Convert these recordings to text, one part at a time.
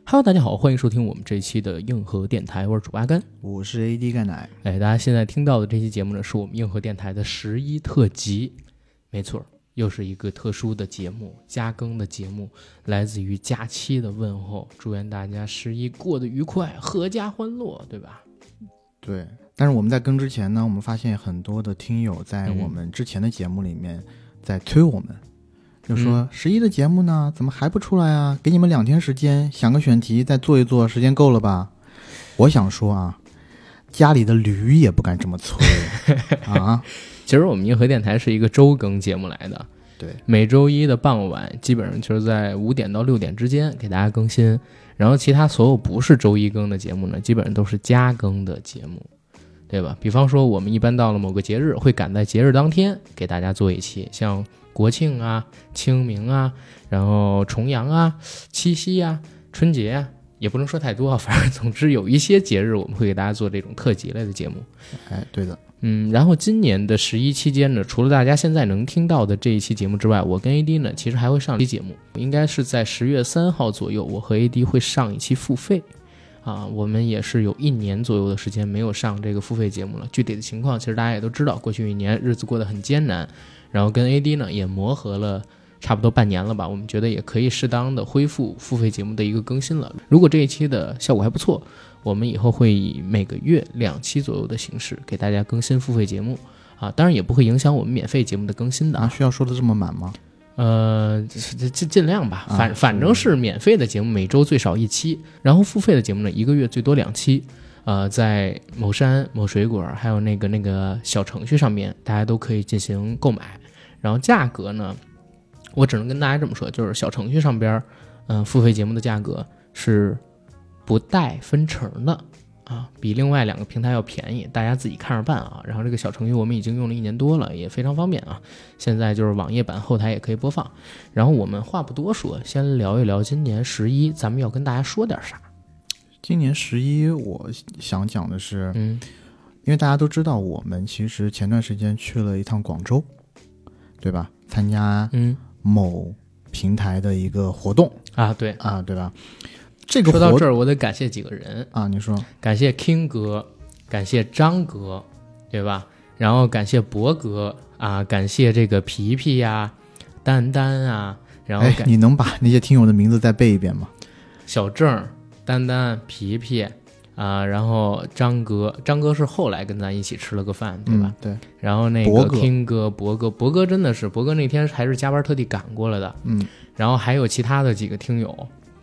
Hello， 大家好，欢迎收听我们这一期的硬核电台，我是主播阿甘， 我是 AD 钙奶。 大家现在听到的这期节目呢，是我们硬核电台的11特辑，没错，又是一个特殊的节目，加更的节目，来自于假期的问候，祝愿大家11过得愉快，阖家欢乐，对吧？ 对，但是我们在更之前呢，我们发现很多的听友在我们之前的节目里面在催我们。就说11的节目呢，怎么还不出来啊？给你们2天时间，想个选题再做一做，时间够了吧？我想说啊，家里的驴也不敢这么催啊。 其实我们硬核电台是一个周更节目来的， 对， 每周一的傍晚，基本上就是在5点到6点之间给大家更新。然后其他所有不是周一更的节目呢，基本上都是加更的节目，对吧？比方说我们一般到了某个节日，会赶在节日当天给大家做一期，像国庆啊、清明啊，然后重阳啊、七夕啊、春节啊，也不能说太多啊，反正总之有一些节日我们会给大家做这种特辑类的节目。 哎，对的。 然后今年的11期间呢，除了大家现在能听到的这一期节目之外，我跟 AD 呢其实还会上一期节目，应该是在10月3号左右，我和 AD 会上一期付费啊，我们也是有1年左右的时间没有上这个付费节目了。具体的情况其实大家也都知道，过去1年日子过得很艰难，然后跟 AD 呢也磨合了差不多半年了吧，我们觉得也可以适当的恢复付费节目的一个更新了。如果这一期的效果还不错，我们以后会以每个月2期左右的形式给大家更新付费节目啊，当然也不会影响我们免费节目的更新的啊。 需要说的这么满吗？ 尽量吧，反正是免费的节目每周最少1期，然后付费的节目呢1个月最多2期。在某山、某水果还有那个小程序上面，大家都可以进行购买。然后价格呢，我只能跟大家这么说，就是小程序上边，付费节目的价格是不带分成的啊，比另外2个平台要便宜，大家自己看着办啊。然后这个小程序我们已经用了1年多了，也非常方便啊。现在就是网页版后台也可以播放。然后我们话不多说，先聊一聊今年11咱们要跟大家说点啥。 今年11我想讲的是，因为大家都知道我们其实前段时间去了一趟广州，对吧？参加某平台的一个活动啊，对啊，对吧？这个说到这儿，我得感谢几个人啊，你说， 感谢 King 哥，感谢张哥，对吧？然后感谢博哥啊，感谢这个皮皮呀、丹丹啊，然后你能把那些听友的名字再背一遍吗？ 小郑、丹丹、皮皮啊，然后张哥是后来跟咱一起吃了个饭，对吧？ 对。 然后那个 King 哥、博哥真的是，博哥那天还是加班特地赶过来的，然后还有其他的几个听友。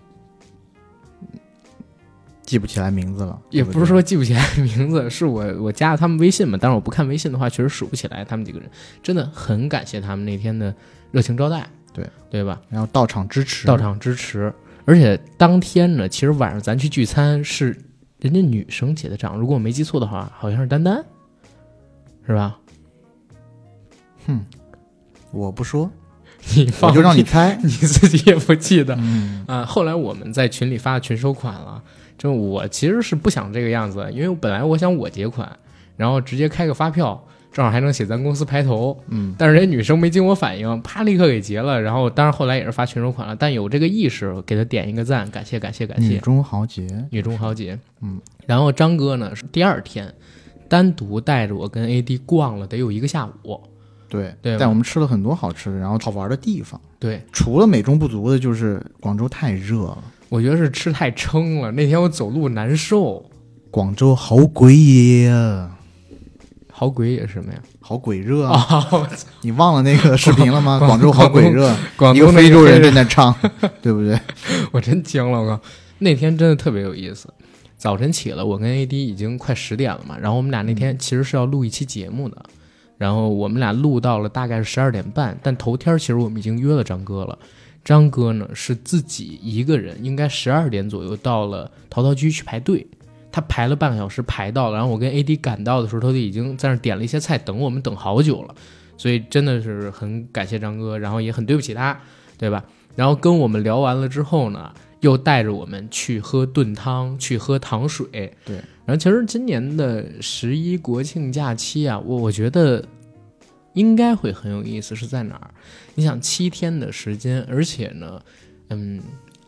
记不起来名字了， 也不是说记不起来名字，是我加了他们微信嘛，但是我不看微信的话，确实数不起来他们几个人，真的很感谢他们那天的热情招待，对吧？ 然后到场支持， 而且当天呢，其实晚上咱去聚餐是人家女生结的账，如果我没记错的话，好像是丹丹，是吧？ 我不说， 我就让你猜， 你自己也不记得。后来我们在群里发群收款了。就我其实是不想这个样子，因为本来我想我结款，然后直接开个发票，正好还能写咱公司排头。但是人家女生没经我反应，啪立刻给结了。然后当然后来也是发群收款了，但有这个意识，给他点一个赞，感谢。 女中豪杰。 然后张哥呢是第2天单独带着我跟 AD 逛了得有1个下午。对， 带我们吃了很多好吃的，然后好玩的地方。 对， 除了美中不足的就是广州太热了。 我觉得是吃太撑了，那天我走路难受。 广州好鬼呀！ 好鬼也是什么呀？ 好鬼热啊！你忘了那个视频了吗？广州好鬼热， 一个非洲人正在唱，对不对？ 我真惊了，我靠！那天真的特别有意思。早晨起了，我跟 AD 已经快10点了嘛，然后我们俩那天其实是要录一期节目的，然后我们俩录到了大概是12点半，但头天其实我们已经约了张哥了。张哥呢是自己一个人，应该12点左右到了陶陶居去排队，他排了半个小时排到了，然后我跟 AD 赶到的时候，他就已经在那点了一些菜等我们，等好久了，所以真的是很感谢张哥，然后也很对不起他，对吧？然后跟我们聊完了之后呢，又带着我们去喝炖汤，去喝糖水。 对， 然后其实今年的11国庆假期啊，我觉得应该会很有意思，是在哪儿？你想7天的时间，而且呢，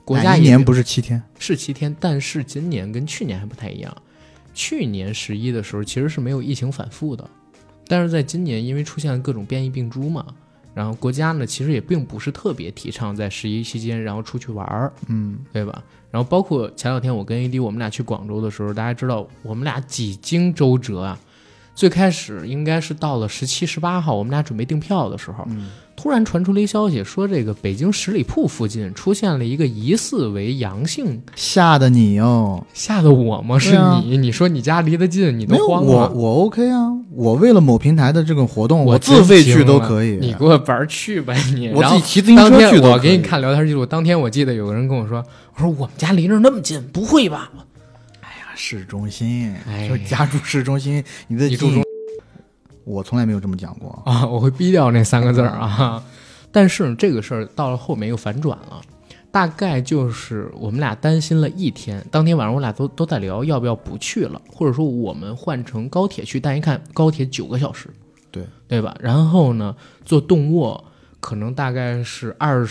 国家一年不是7天， 是7天，但是今年跟去年还不太一样。去年11的时候其实是没有疫情反复的，但是在今年因为出现了各种变异病株嘛，然后国家呢其实也并不是特别提倡在11期间然后出去玩，对吧？然后包括前两天我跟 AD 我们俩去广州的时候，大家知道我们俩几经周折啊，最开始应该是到了17、18号，我们俩准备订票的时候，突然传出了一消息，说这个北京十里铺附近出现了一个疑似为阳性， 吓得你哦， 吓得我吗？是你，你说你家离得近，你都慌了。 我 OK 啊，我为了某平台的这个活动，我自费去都可以。 你给我玩去吧你！ 我自己骑自行车去都可以。 我给你看聊天记录，当天我记得有个人跟我说，我说我们家离那儿那么近，不会吧？ 哎呀，市中心，就是家住市中心，你住中。我从来没有这么讲过啊，我会逼掉那3个字啊。但是这个事儿到了后面又反转了，大概就是我们俩担心了1天，当天晚上我俩都在聊要不要不去了，或者说我们换乘高铁去，但一看高铁9个小时，对吧？然后呢，坐动卧可能大概是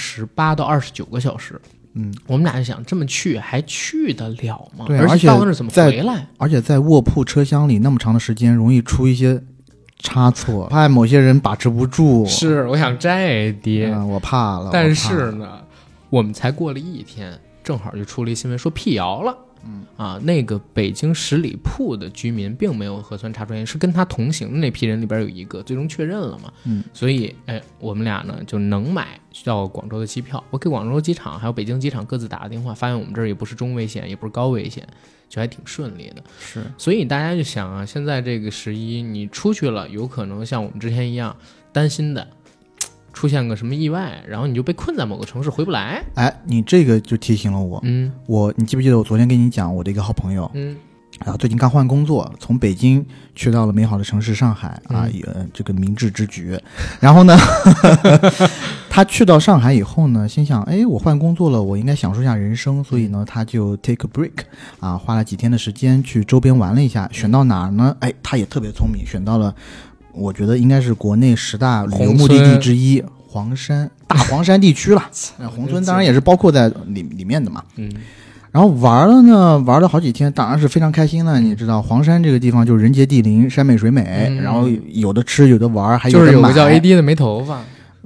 28到29个小时。我们俩就想这么去还去得了吗？ 对， 而且到那儿怎么回来？ 而且在卧铺车厢里那么长的时间，容易出一些差错，怕某些人把持不住。 是，我想摘爹， 我怕了。 但是呢，我们才过了1天，正好就出了一新闻说辟谣了。那个北京十里铺的居民并没有核酸查出来，是跟他同行的那批人里边有一个最终确认了嘛。所以我们俩呢就能买到广州的机票。我给广州机场还有北京机场各自打个电话，发现我们这儿也不是中危险，也不是高危险，就还挺顺利的。 是， 所以大家就想啊，现在这个11你出去了，有可能像我们之前一样担心的出现个什么意外，然后你就被困在某个城市回不来。 你这个就提醒了我。你记不记得我昨天跟你讲我的一个好朋友，最近刚换工作，从北京去到了美好的城市上海这个明智之举。然后呢他去到上海以后呢，心想我换工作了，我应该享受一下人生，所以呢他就 take a break 花了几天的时间去周边玩了一下。选到哪儿呢？他也特别聪明，选到了我觉得应该是国内10大旅游目的地之一，黄山，大黄山地区了。宏村当然也是包括在里面的嘛。然后玩了好几天，当然是非常开心了。你知道黄山这个地方就是人杰地灵，山美水美，然后有的吃有的玩，还有的买。就是有个叫 AD 的没头发。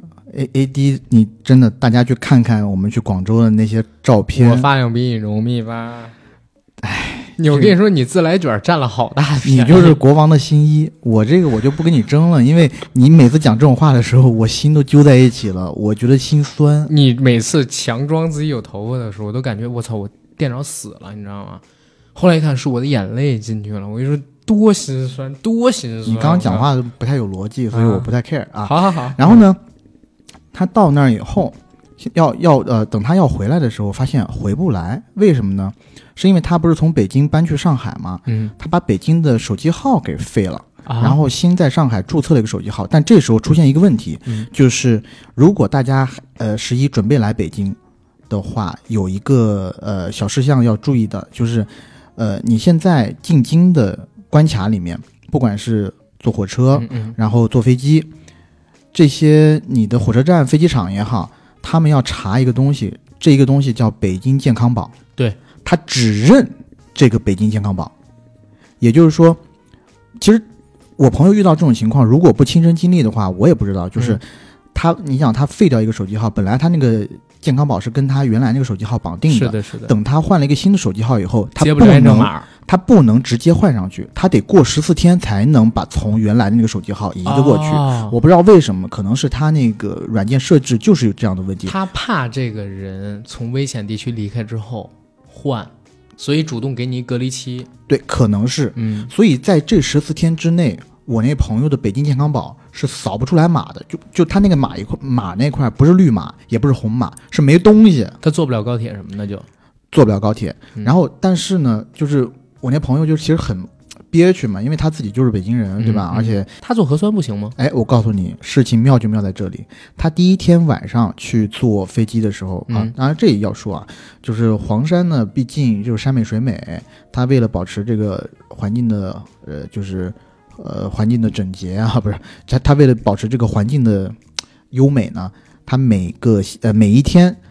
AD 你真的大家去看看我们去广州的那些照片， 我发量比你浓密吧。我跟你说，你自来卷占了好大片， 你就是国王的新衣。我这个我就不跟你争了，因为你每次讲这种话的时候，我心都揪在一起了，我觉得心酸。 你每次强装自己有头发的时候，我都感觉我操，我电脑死了，你知道吗？后来一看是我的眼泪进去了，我跟你说多心酸，多心酸。 你刚刚讲话不太有逻辑，所以我不太 care 啊。 好。 然后呢，他到那儿以后，等他要回来的时候，发现回不来，为什么呢？是因为他不是从北京搬去上海吗？他把北京的手机号给废了，然后新在上海注册了一个手机号。但这时候出现一个问题，就是如果大家11准备来北京的话，有一个小事项要注意的，就是你现在进京的关卡里面，不管是坐火车，然后坐飞机，这些你的火车站、飞机场也好，他们要查一个东西，这一个东西叫北京健康宝。 对。 他只认这个北京健康宝，也就是说，其实我朋友遇到这种情况，如果不亲身经历的话，我也不知道。就是你想他废掉一个手机号，本来他那个健康宝是跟他原来那个手机号绑定的， 是的。 等他换了一个新的手机号以后，他不能直接换上去，他得过14天才能把从原来的那个手机号移得过去。我不知道为什么，可能是他那个软件设置就是有这样的问题。 他怕这个人从危险地区离开之后换，所以主动给你隔离期。 对，可能是。所以在这14天之内，我那朋友的北京健康宝是扫不出来码的，就他那个码那块不是绿码，也不是红码，是没东西。 他坐不了高铁什么的，就坐不了高铁。然后，但是呢，就是我那朋友就其实很憋屈嘛，因为他自己就是北京人，对吧？而且他做核酸不行吗？ 我告诉你，事情妙就妙在这里。他第一天晚上去坐飞机的时候当然这也要说就是黄山呢，毕竟就是山美水美，他为了保持这个环境的环境的整洁不是他为了保持这个环境的优美呢，他每一天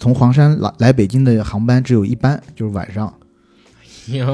从黄山来北京的航班只有一班，就是晚上。 哟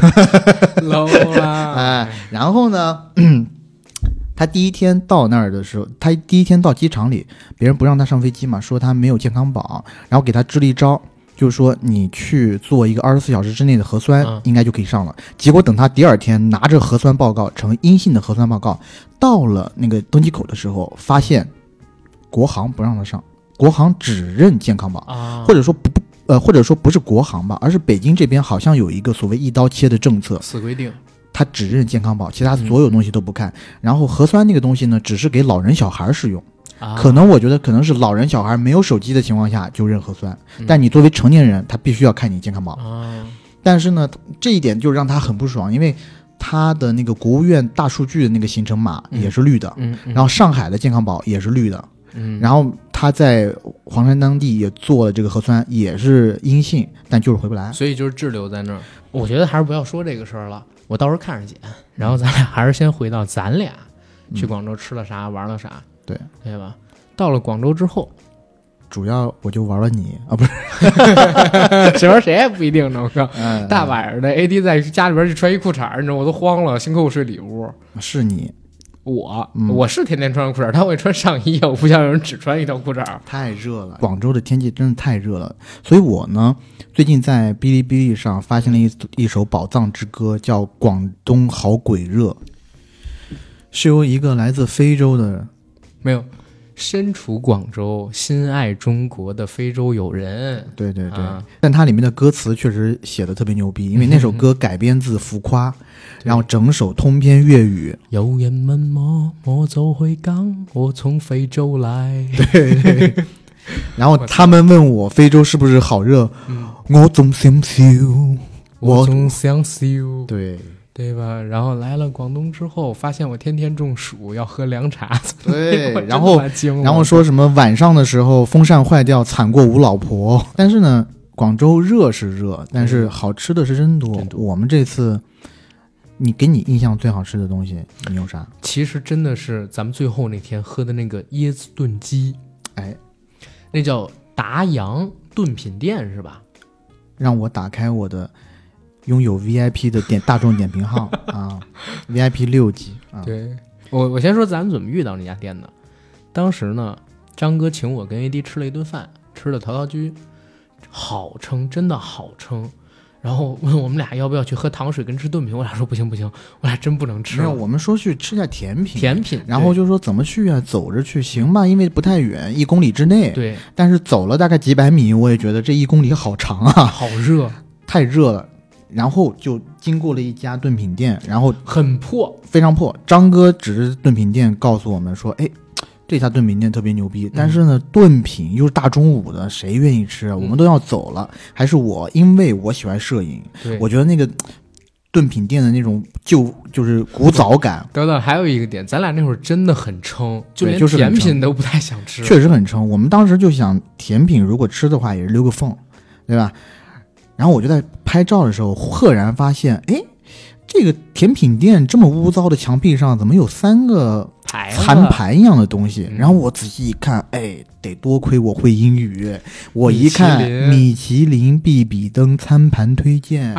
，low 啦！ 哎，然后呢，他第一天到那儿的时候，他第一天到机场里，别人不让他上飞机嘛，说他没有健康宝，然后给他支了一招，就是说你去做一个24小时之内的核酸，应该就可以上了。结果等他第二天拿着核酸报告，呈阴性的核酸报告，到了那个登机口的时候，发现国航不让他上，国航只认健康宝，或者说不是国航吧，而是北京这边好像有一个所谓一刀切的政策， 死规定， 他只认健康宝，其他所有东西都不看。然后核酸那个东西呢，只是给老人小孩使用。可能我觉得可能是老人小孩没有手机的情况下就认核酸，但你作为成年人，他必须要看你健康宝。但是呢，这一点就让他很不爽，因为他的那个国务院大数据的那个行程码也是绿的，然后上海的健康宝也是绿的，然后他在黄山当地也做了这个核酸，也是阴性，但就是回不来， 所以就是滞留在那儿。我觉得还是不要说这个事儿了，我到时候看着剪。然后咱俩还是先回到咱俩去广州吃了啥，玩了啥。对吧？到了广州之后， 主要我就玩了你啊，不是， 谁玩谁也不一定呢。我靠，大晚上的 AD 在家里边就穿一裤衩，你知道我都慌了，幸亏我睡里屋。 是你， 我是天天穿裤衩，但我也穿上衣，我不像有人只穿一条裤衩。 太热了，广州的天气真的太热了，所以我呢最近在哔哩哔哩上发现了一首宝藏之歌，叫《广东好鬼热》，是由一个来自非洲的。 没有，身处广州心爱中国的非洲友人。对， 但它里面的歌词确实写的特别牛逼，因为那首歌改编自浮夸，然后整首通篇粤语。 有人问我就会講我從非洲來。 对，然后他们问我非洲是不是好热，我总想笑， 我总想笑。对吧？然后来了广东之后，发现我天天中暑，要喝凉茶。 对，然后说什么晚上的时候风扇坏掉，惨过无老婆。但是呢，广州热是热，但是好吃的是真多。我们这次，给你印象最好吃的东西，你有啥？ 其实真的是咱们最后那天喝的那个椰子炖鸡，那叫达阳炖品店是吧？ 让我打开我的。拥有 VIP 的大众点评号啊 ，VIP 6级啊。 对，我先说咱们怎么遇到那家店的。当时呢，张哥请我跟 AD 吃了一顿饭，吃的陶陶居，好撑，真的好撑。然后问我们俩要不要去喝糖水跟吃炖品，我俩说不行，我俩真不能吃。 没有，我们说去吃下甜品，然后就说怎么去啊？走着去行吧，因为不太远，1公里之内。 对， 但是走了大概几百米，我也觉得这1公里好长啊， 好热， 太热了。然后就经过了一家炖品店，然后很破， 非常破。张哥指着炖品店告诉我们说：“哎，这家炖品店特别牛逼，但是呢，炖品又是大中午的，谁愿意吃啊？我们都要走了。还是我，因为我喜欢摄影，我觉得那个炖品店的那种就是古早感。 等等，还有一个点，咱俩那会儿真的很撑，就连甜品都不太想吃， 确实很撑。我们当时就想，甜品如果吃的话，也是留个缝，对吧？”然后我就在拍照的时候，赫然发现，哎，这个甜品店这么污糟的墙壁上，怎么有3个餐盘一样的东西？然后我仔细一看，哎，得多亏我会英语。我一看，米其林必比登餐盘推荐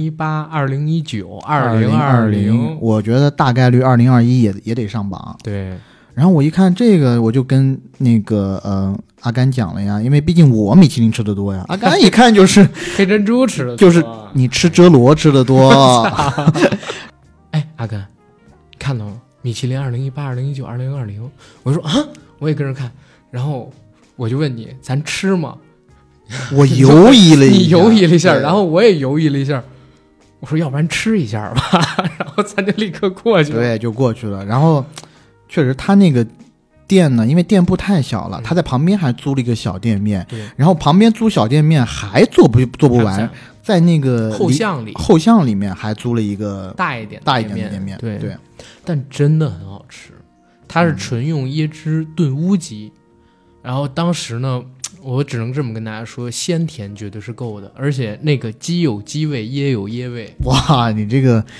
，2018、2019、2020， 我觉得大概率2021也得上榜。 对。 然后我一看这个，我就跟那个阿甘讲了呀，因为毕竟我米其林吃的多呀。阿甘一看就是黑珍珠吃的多， 就是你吃遮罗吃的多。 哎，阿甘，看到了米其林2018、2019、2020，我说啊，我也跟着看，然后我就问你，咱吃吗？ 我犹豫了一下， 你犹豫了一下，然后我也犹豫了一下。我说要不然吃一下吧，然后咱就立刻过去了。 对，就过去了。然后确实他那个店呢，因为店铺太小了，他在旁边还租了一个小店面，然后旁边租小店面还做不完，在那个后巷里面还租了一个大一点的店面。 对，但真的很好吃。它是纯用椰汁炖乌鸡，然后当时呢，我只能这么跟大家说，鲜甜绝对是够的，而且那个鸡有鸡味，椰有椰味。 哇，你这个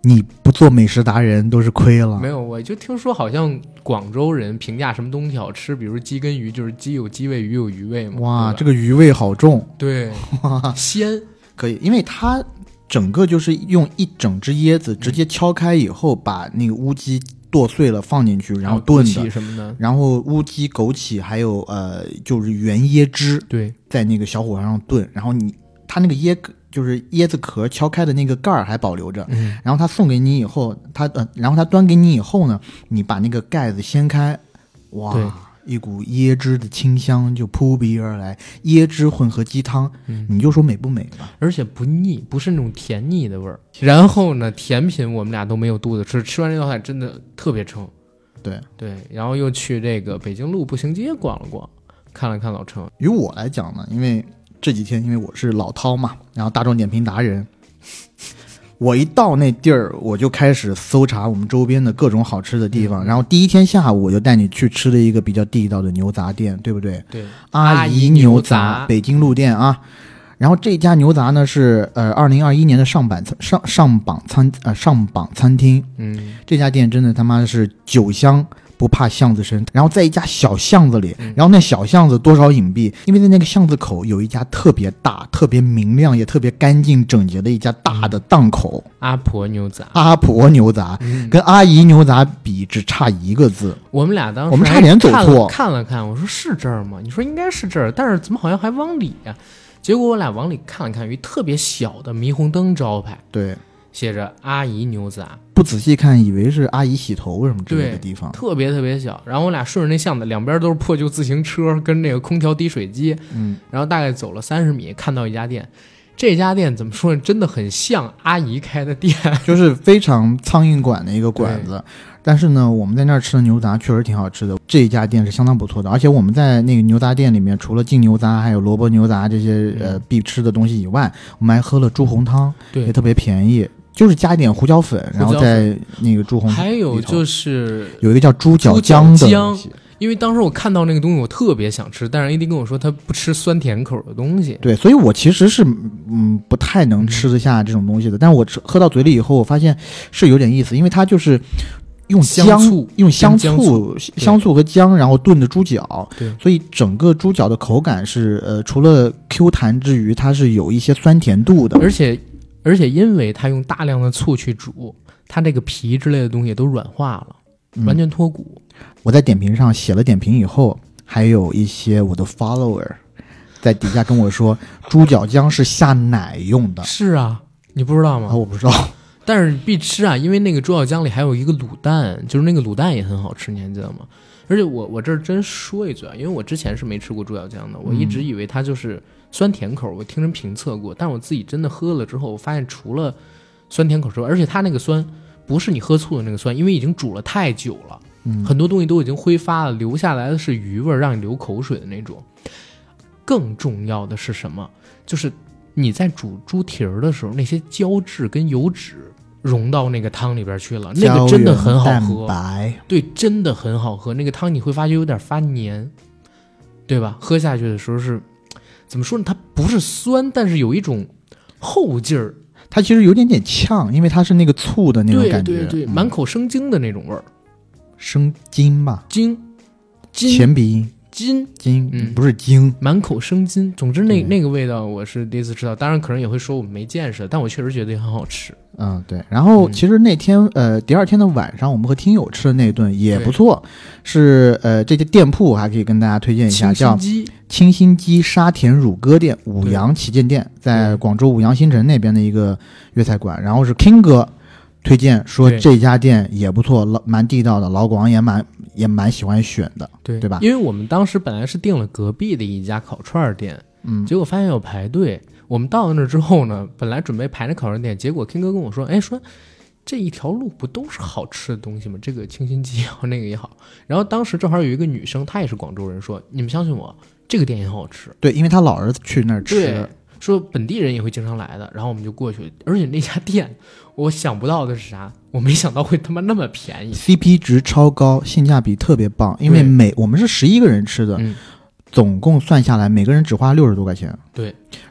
你不做美食达人都是亏了。 没有，我就听说好像广州人评价什么东西好吃，比如鸡跟鱼，就是鸡有鸡味，鱼有鱼味嘛。 哇，这个鱼味好重。 对，鲜可以，因为它整个就是用一整只椰子直接敲开以后，把那个乌鸡剁碎了放进去，然后炖的什么的， 然后乌鸡、枸杞还有就是原椰汁， 对， 在那个小火上炖，然后它那个就是椰子壳敲开的那个盖儿还保留着，然后他送给你以后，然后他端给你以后呢，你把那个盖子掀开，哇，一股椰汁的清香就扑鼻而来，椰汁混合鸡汤，你就说美不美吧？ 而且不腻，不是那种甜腻的味儿。然后呢，甜品我们俩都没有肚子吃，吃完这道菜真的特别撑。对，然后又去这个北京路步行街逛了逛，看了看老城。 于我来讲呢，因为这几天因为我是老饕嘛，然后大众点评达人，我一到那地儿我就开始搜查我们周边的各种好吃的地方，然后第一天下午我就带你去吃了一个比较地道的牛杂店，对不对？ 对， 阿姨牛杂，北京路店啊。然后这家牛杂呢是2021年的上榜餐厅，这家店真的他妈是酒香不怕巷子深，然后在一家小巷子里，然后那小巷子多少隐蔽，因为在那个巷子口有一家特别大、特别明亮也特别干净整洁的一家大的档口， 阿婆牛杂， 跟阿姨牛杂比只差一个字。 我们俩当时我们差点走错， 看了看，我说是这儿吗？你说应该是这儿，但是怎么好像还往里呀？结果我俩往里看了看，有一特别小的霓虹灯招牌， 对， 写着阿姨牛杂， 不仔细看以为是阿姨洗头什么之类的地方， 特别特别小。然后我俩顺着那巷子，两边都是破旧自行车跟那个空调滴水机，然后大概走了30米，看到一家店。这家店怎么说呢？真的很像阿姨开的店， 就是非常苍蝇馆的一个馆子。但是呢，我们在那儿吃的牛杂确实挺好吃的，这一家店是相当不错的。而且我们在那个牛杂店里面，除了净牛杂还有萝卜牛杂这些必吃的东西以外，我们还喝了猪红汤，也特别便宜，就是加一点胡椒粉，然后在那个猪红汤还有就是有一个叫猪脚姜的东西。 因为当时我看到那个东西我特别想吃，但是 AD 跟我说他不吃酸甜口的东西。 对，所以我其实是不太能吃得下这种东西的，但是我喝到嘴里以后我发现是有点意思，因为它就是用香醋和姜然后炖的猪脚， 对， 所以整个猪脚的口感是除了 Q 弹之余它是有一些酸甜度的， 而且因为它用大量的醋去煮，它这个皮之类的东西都软化了，完全脱骨。 我在点评上写了点评以后，还有一些我的 follower 在底下跟我说猪脚姜是下奶用的。 是啊，你不知道吗？ 我不知道， 但是必吃啊，因为那个猪脚姜里还有一个卤蛋，就是那个卤蛋也很好吃，你还记得吗？而且我这儿真说一嘴啊，因为我之前是没吃过猪脚姜的，我一直以为它就是酸甜口，我听人评测过，但是我自己真的喝了之后，我发现除了酸甜口之外，而且它那个酸不是你喝醋的那个酸，因为已经煮了太久了。很多东西都已经挥发了，留下来的是余味，让你流口水的那种。更重要的是什么？就是你在煮猪蹄儿的时候，那些胶质跟油脂融到那个汤里边去了，那个真的很好喝。对，真的很好喝。那个汤你会发觉有点发黏，对吧？喝下去的时候是怎么说呢？它不是酸，但是有一种后劲儿。 它其实有点呛，因为它是那个醋的那种感觉， 对，满口生津的那种味儿。 生津吧， 津， 前鼻音， 津， 不是津， 满口生津。总之那个味道我是第一次吃到，当然可能也会说我没见识，但我确实觉得也很好吃。 对。然后其实那天第二天的晚上，我们和听友吃的那顿也不错，是这些店铺还可以跟大家推荐一下，叫清新鸡沙田乳鸽店，五羊旗舰店，在广州五羊新城那边的一个粤菜馆。然后是 King 哥推荐说这家店也不错，蛮地道的，老广也蛮喜欢选的，对吧？ 因为我们当时本来是订了隔壁的一家烤串店，结果发现有排队。我们到了那之后呢，本来准备排那烤串店，结果 King 哥跟我说，说这一条路不都是好吃的东西吗？这个清新鸡也好，那个也好。然后当时正好有一个女生，她也是广州人，说你们相信我，这个店也很好吃。 对，因为她老儿子去那儿吃。 说本地人也会经常来的，然后我们就过去，而且那家店我想不到的是啥，我没想到会他妈那么便宜， CP 值超高，性价比特别棒，因为我们是11个人吃的，总共算下来每个人只花60多块钱。 对，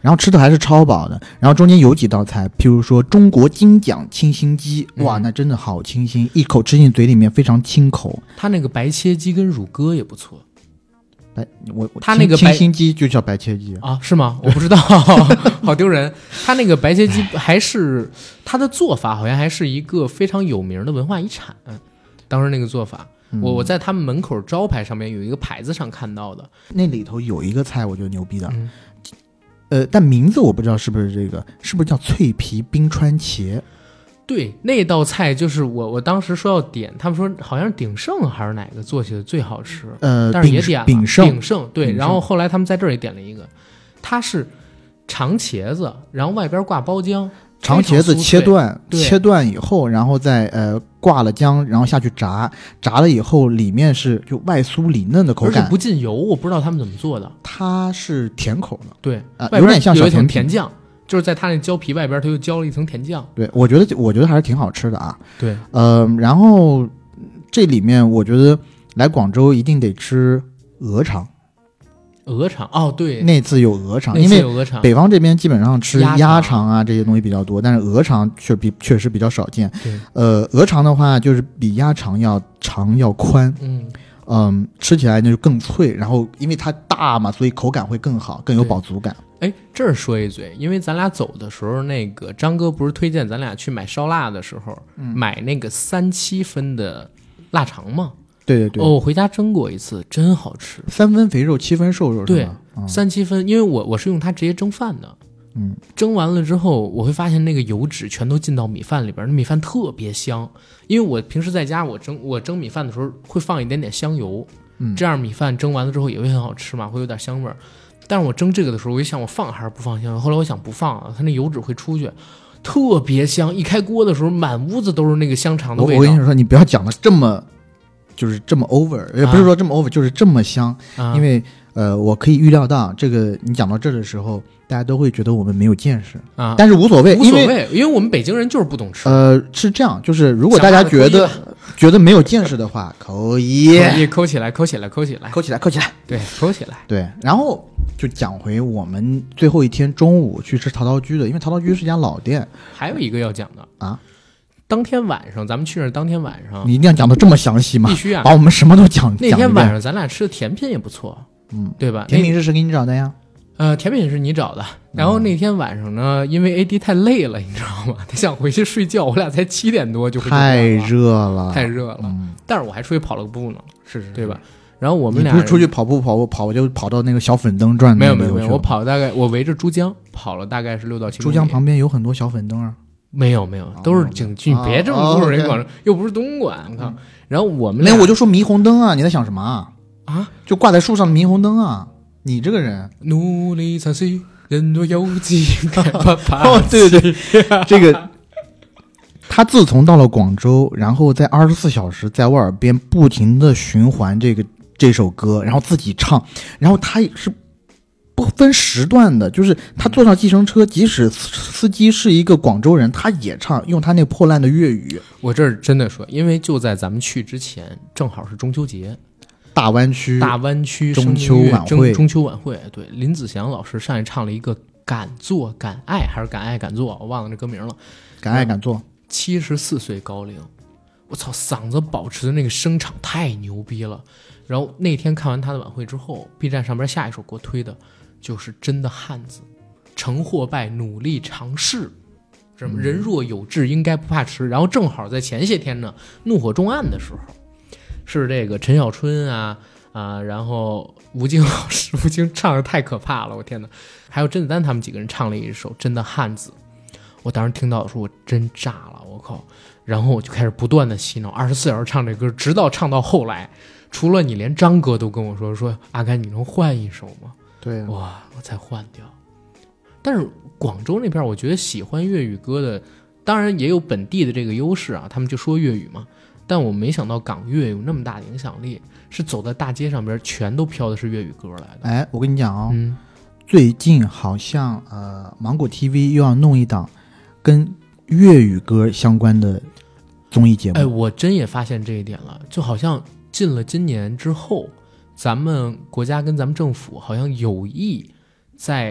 然后吃的还是超饱的。然后中间有几道菜，譬如说中国金奖清新鸡，哇，那真的好清新，一口吃进嘴里面非常清口。 它那个白切鸡跟乳鸽也不错。 他那个清新鸡就叫白切鸡啊？是吗？我不知道，好丢人。他那个白切鸡还是他的做法，好像还是一个非常有名的文化遗产。当时那个做法，我在他们门口招牌上面有一个牌子上看到的。 那里头有一个菜，我觉得牛逼的，但名字我不知道是不是这个，是不是叫脆皮冰川茄？ 对，那道菜就是我当时说要点，他们说好像是鼎盛还是哪个做起的最好吃，但是也点了鼎盛对，然后后来他们在这儿也点了一个，它是长茄子，然后外边挂包浆， 长茄子切断以后，然后再挂了浆，然后下去炸了以后，里面是就外酥里嫩的口感， 而且不进油，我不知道他们怎么做的， 它是甜口的， 对， 有点像小有一层甜酱。就是在它那胶皮外边，它又浇了一层甜酱。 对，我觉得还是挺好吃的啊。 对， 然后这里面我觉得来广州一定得吃鹅肠。 鹅肠哦，对， 那次有鹅肠，因为北方这边基本上吃鸭肠啊这些东西比较多，但是鹅肠确实比较少见。 对， 鹅肠的话就是比鸭肠要长要宽。吃起来那就更脆，然后因为它大嘛，所以口感会更好，更有饱足感。 哎，这儿说一嘴，因为咱俩走的时候，那个张哥不是推荐咱俩去买烧腊的时候，买那个3-7分的腊肠吗？ 对， 我回家蒸过一次，真好吃。 3分肥肉7分瘦肉， 对，3-7分，因为我是用它直接蒸饭的。蒸完了之后，我会发现那个油脂全都进到米饭里边，那米饭特别香。因为我平时在家我蒸米饭的时候会放一点点香油，这样米饭蒸完了之后也会很好吃嘛，会有点香味儿。但是我蒸这个的时候，我一想我放还是不放香油，后来我想不放了，它那油脂会出去，特别香。一开锅的时候，满屋子都是那个香肠的味道。 我跟你说，你不要讲的这么就是这么 over， 也不是说这么 over，就是这么香。因为我可以预料到，这个你讲到这的时候，大家都会觉得我们没有见识啊， 但是无所谓， 因为我们北京人就是不懂吃。 是这样，就是如果大家觉得没有见识的话，可以抠起来，对，抠起来。 对，然后就讲回我们最后一天中午去吃陶陶居的，因为陶陶居是家老店。 还有一个要讲的啊。 当天晚上咱们去那儿，当天晚上你一定要讲的这么详细吗？ 必须啊， 把我们什么都讲。 那天晚上咱俩吃的甜品也不错，对吧？ 甜品是谁给你找的呀？ 甜品是你找的。然后那天晚上呢，因为 AD 太累了，你知道吗？他想回去睡觉，我俩才7点多就回去。 太热了。 但是我还出去跑了个步呢，是对吧？然后我们俩不是出去跑就跑到那个小粉灯转。 没有，我跑了大概我围着珠江跑了大概是6到7公里。 珠江旁边有很多小粉灯啊。 没有，都是景区，你别这么侮辱人广州，又不是东莞，我靠。然后我们俩， 我就说霓虹灯啊，你在想什么啊？就挂在树上的霓虹灯啊！你这个人， 努力尝试，人若有志， 对，这个他自从到了广州，然后在24小时在我耳边不停的循环这首歌，然后自己唱，然后他也是不分时段的，就是他坐上计程车，即使司机是一个广州人，他也唱，用他那破烂的粤语。 我这儿真的说，因为就在咱们去之前，正好是中秋节， 大湾区中秋晚会，对，林子祥老师上去唱了一个《敢做敢爱》还是《敢爱敢做》，我忘了这歌名了。 敢爱敢做 ，74岁高龄，我操，嗓子保持的那个声场太牛逼了。然后那天看完他的晚会之后 ，B 站上边下一首给我推的就是真的汉子，成或败，努力尝试。什么人若有志，应该不怕迟。然后正好在前些天呢，怒火重案的时候，是这个陈小春然后吴京老师，吴京唱的太可怕了，我天哪！还有甄子丹他们几个人唱了一首《真的汉子》，我当时听到的时候我真炸了，我靠！然后我就开始不断的洗脑，24小时唱这歌，直到唱到后来，除了你，连张哥都跟我说阿甘，你能换一首吗？ 对， 哇，我才换掉。但是广州那边，我觉得喜欢粤语歌的，当然也有本地的这个优势啊，他们就说粤语嘛。但我没想到港乐有那么大的影响力，是走在大街上边全都飘的是粤语歌来的。 哎，我跟你讲哦，最近好像芒果 TV 又要弄一档跟粤语歌相关的综艺节目。 哎，我真也发现这一点了，就好像进了今年之后，咱们国家跟咱们政府好像有意在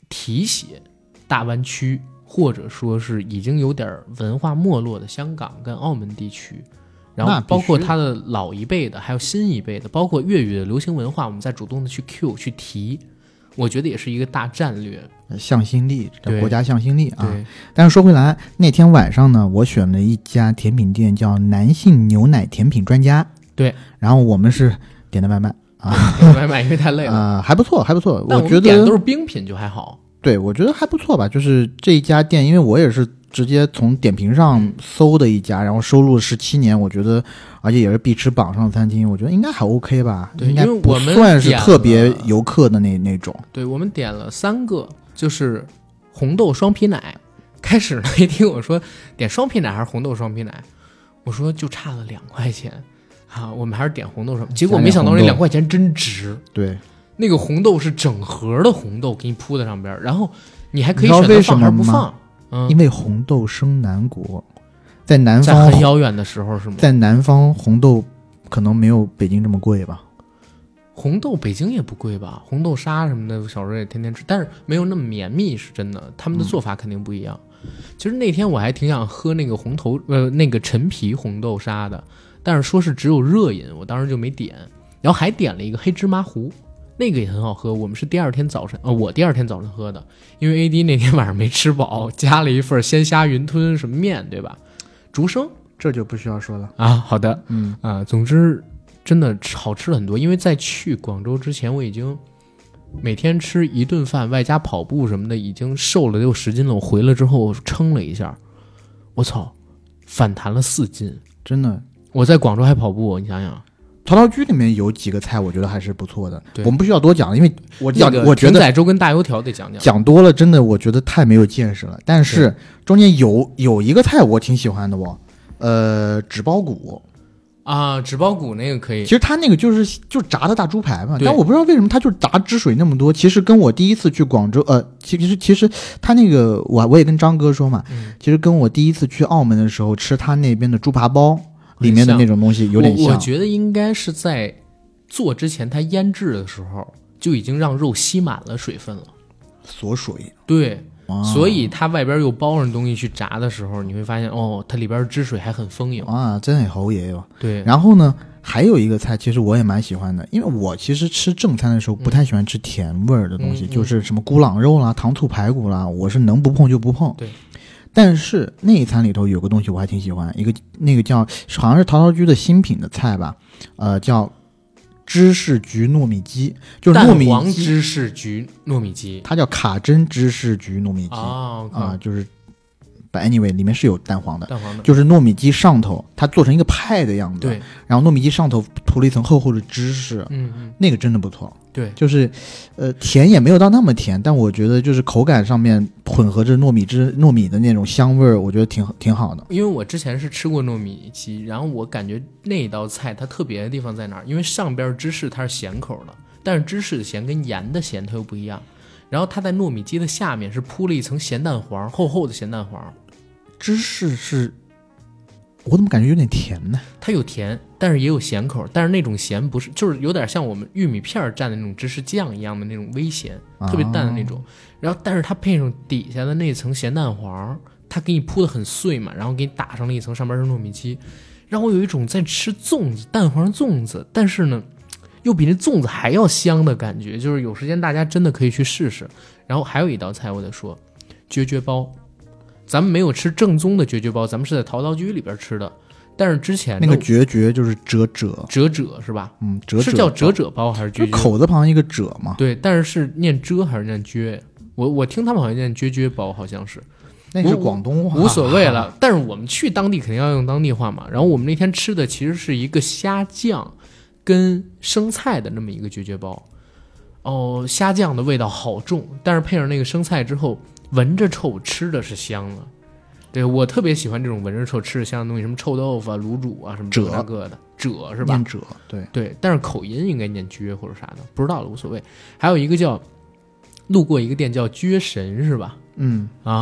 提携大湾区，或者说是已经有点文化没落的香港跟澳门地区，然后包括他的老一辈的，还有新一辈的，包括粤语的流行文化，我们再主动的去 Q 去提，我觉得也是一个大战略， 向心力，国家向心力啊。 对。 但是说回来，那天晚上呢，我选了一家甜品店，叫男性牛奶甜品专家。 对。 然后我们是点的外卖啊， 外卖因为太累了还不错，还不错。 但我觉得点的都是冰品就还好。 对，我觉得还不错吧。就是这一家店，因为我也是直接从点评上搜的一家，然后收录了17年，我觉得，而且也是必吃榜上的餐厅，我觉得应该还 OK 吧。 对， 应该不算是特别游客的那种。 对，我们点了3个，就是红豆双皮奶。开始呢，一听我说点双皮奶还是红豆双皮奶，我说就差了2块钱啊，我们还是点红豆双。结果没想到那2块钱真值。 对。 那个红豆是整盒的红豆给你铺在上边，然后你还可以选择放还是不放。 因为红豆生南国，在南方在很遥远的时候是吗？ 在南方红豆可能没有北京这么贵吧。 红豆北京也不贵吧，红豆沙什么的小时候也天天吃，但是没有那么绵密是真的，他们的做法肯定不一样。其实那天我还挺想喝那个那个陈皮红豆沙的，但是说是只有热饮，我当时就没点，然后还点了一个黑芝麻糊。那个也很好喝，我们是第二天早晨，我第2天早晨喝的，因为 AD 那天晚上没吃饱，加了一份鲜虾云吞什么面，对吧？竹升这就不需要说了啊。好的，总之真的好吃了很多，因为在去广州之前，我已经每天吃1顿饭，外加跑步什么的，已经瘦了得有10斤了。我回来之后称了一下，我操，反弹了4斤， 真的。 我在广州还跑步，你想想。 陶陶居里面有几个菜，我觉得还是不错的。 对， 我们不需要多讲，因为我觉得甜仔粥跟大油条得讲讲。 讲多了，真的我觉得太没有见识了。但是中间有一个菜我挺喜欢的纸包骨啊，纸包骨那个可以。 其实它那个就是炸的大猪排嘛，但我不知道为什么它就炸汁水那么多。其实跟我第一次去广州，其实它那个我也跟张哥说嘛，其实跟我第一次去澳门的时候吃他那边的猪扒包。里面的那种东西有点像， 我觉得应该是在做之前，它腌制的时候就已经让肉吸满了水分了， 锁水。 对，所以它外边又包上东西去炸的时候，你会发现它里边汁水还很丰盈啊，真係好嘢喎。 对， 然后呢，还有一个菜，其实我也蛮喜欢的，因为我其实吃正餐的时候不太喜欢吃甜味儿的东西，就是什么咕啷肉啦、糖醋排骨啦，我是能不碰就不碰。 对。 但是那一餐里头有个东西我还挺喜欢，那个叫好像是陶陶居的新品的菜吧，叫芝士焗糯米鸡，就是糯米鸡蛋黄芝士焗糯米鸡， 它叫卡珍芝士焗糯米鸡就是But anyway 里面是有蛋黄的，就是糯米鸡上头它做成一个派的样子， 对， 然后糯米鸡上头涂了一层厚厚的芝士，那个真的不错。 对， 就是甜也没有到那么甜，但我觉得就是口感上面混合着糯米的那种香味儿，我觉得挺好的。 因为我之前是吃过糯米鸡，然后我感觉那一道菜它特别的地方在哪儿？因为上边芝士它是咸口的，但是芝士的咸跟盐的咸它又不一样。然后它在糯米鸡的下面是铺了一层咸蛋黄，厚厚的咸蛋黄。 芝士是，我怎么感觉有点甜呢？ 它有甜，但是也有咸口，但是那种咸不是，就是有点像我们玉米片蘸的那种芝士酱一样的那种微咸，特别淡的那种。然后，但是它配上底下的那层咸蛋黄，它给你铺的很碎嘛，然后给你打上了一层，上边是糯米鸡，让我有一种在吃粽子，蛋黄粽子，但是呢，又比那粽子还要香的感觉。就是有时间大家真的可以去试试。然后还有一道菜我得说，啫啫包。咱们没有吃正宗的啫啫包，咱们是在陶陶居里边吃的。但是之前那个啫就是褶是吧？ 褶是叫褶包还是啫啫？ 口字旁一个褶嘛。 对，但是是念遮还是念撅？我听他们好像念啫包，好像是。 那是广东话， 无所谓了。但是我们去当地肯定要用当地话嘛。然后我们那天吃的其实是一个虾酱跟生菜的那么一个啫啫包。虾酱的味道好重，但是配上那个生菜之后。闻着臭，吃的是香的。对，我特别喜欢这种闻着臭吃着香的东西，什么臭豆腐啊、卤煮啊，什么这个的褶是吧？ 念褶， 对，但是口音应该念撅或者啥的，不知道了，无所谓。还有一个路过一个店叫撅神是吧？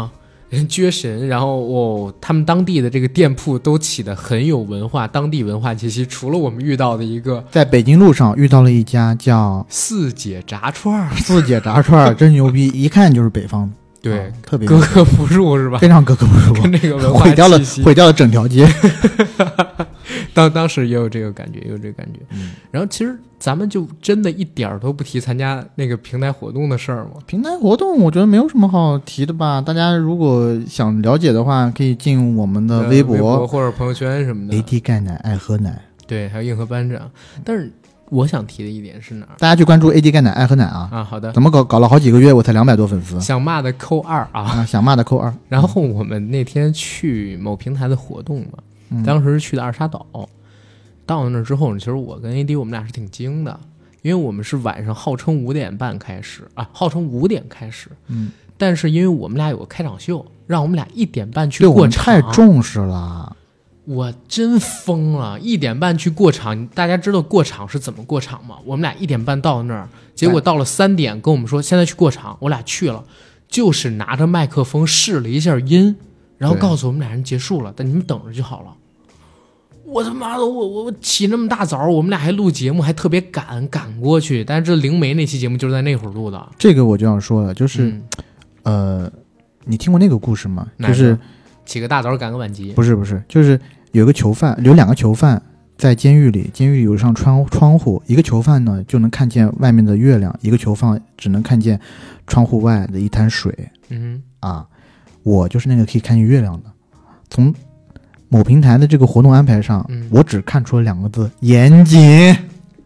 撅神，然后他们当地的这个店铺都起得很有文化，当地文化气息。除了我们遇到的一个， 在北京路上遇到了一家叫四姐炸串， 四姐炸串真牛逼，一看就是北方的， 对， 特别格格不入是吧？ 非常格格不入， 跟这个文化气息毁掉了整条街。 当时也有这个感觉，然后其实咱们就真的一点都不提参加那个平台活动的事儿吗？ 平台活动我觉得没有什么好提的吧，大家如果想了解的话，可以进我们的微博或者朋友圈什么的。 AD 钙奶爱喝奶， 对，还有硬核班长。但是我想提的一点是哪儿？ 大家去关注 AD 钙奶爱喝奶啊！ 啊，好的。 怎么搞了好几个月，我才200多粉丝。 想骂的扣2啊！ 想骂的扣2。 然后我们那天去某平台的活动嘛，当时去的二沙岛。到了那之后呢，其实我跟 AD 我们俩是挺惊的，因为我们是晚上号称5点半开始啊，号称5点开始，但是因为我们俩有个开场秀，让我们俩1点半去过场， 太重视了， 我真疯了！1点半去过场，大家知道过场是怎么过场吗？我们俩1点半到那儿，结果到了3点跟我们说现在去过场，我俩去了，就是拿着麦克风试了一下音，然后告诉我们俩人结束了，但你们等着就好了。我他妈的，我起那么大早，我们俩还录节目，还特别赶过去。但是这灵媒那期节目就是在那会儿录的。 这个我就要说了，就是，你听过那个故事吗？就是起个大早赶个晚集。 不是，就是有2个囚犯在监狱里，监狱有一扇窗户，一个囚犯呢就能看见外面的月亮，一个囚犯只能看见窗户外的一滩水。我就是那个可以看见月亮的。从某平台的这个活动安排上，我只看出了2个字：严谨。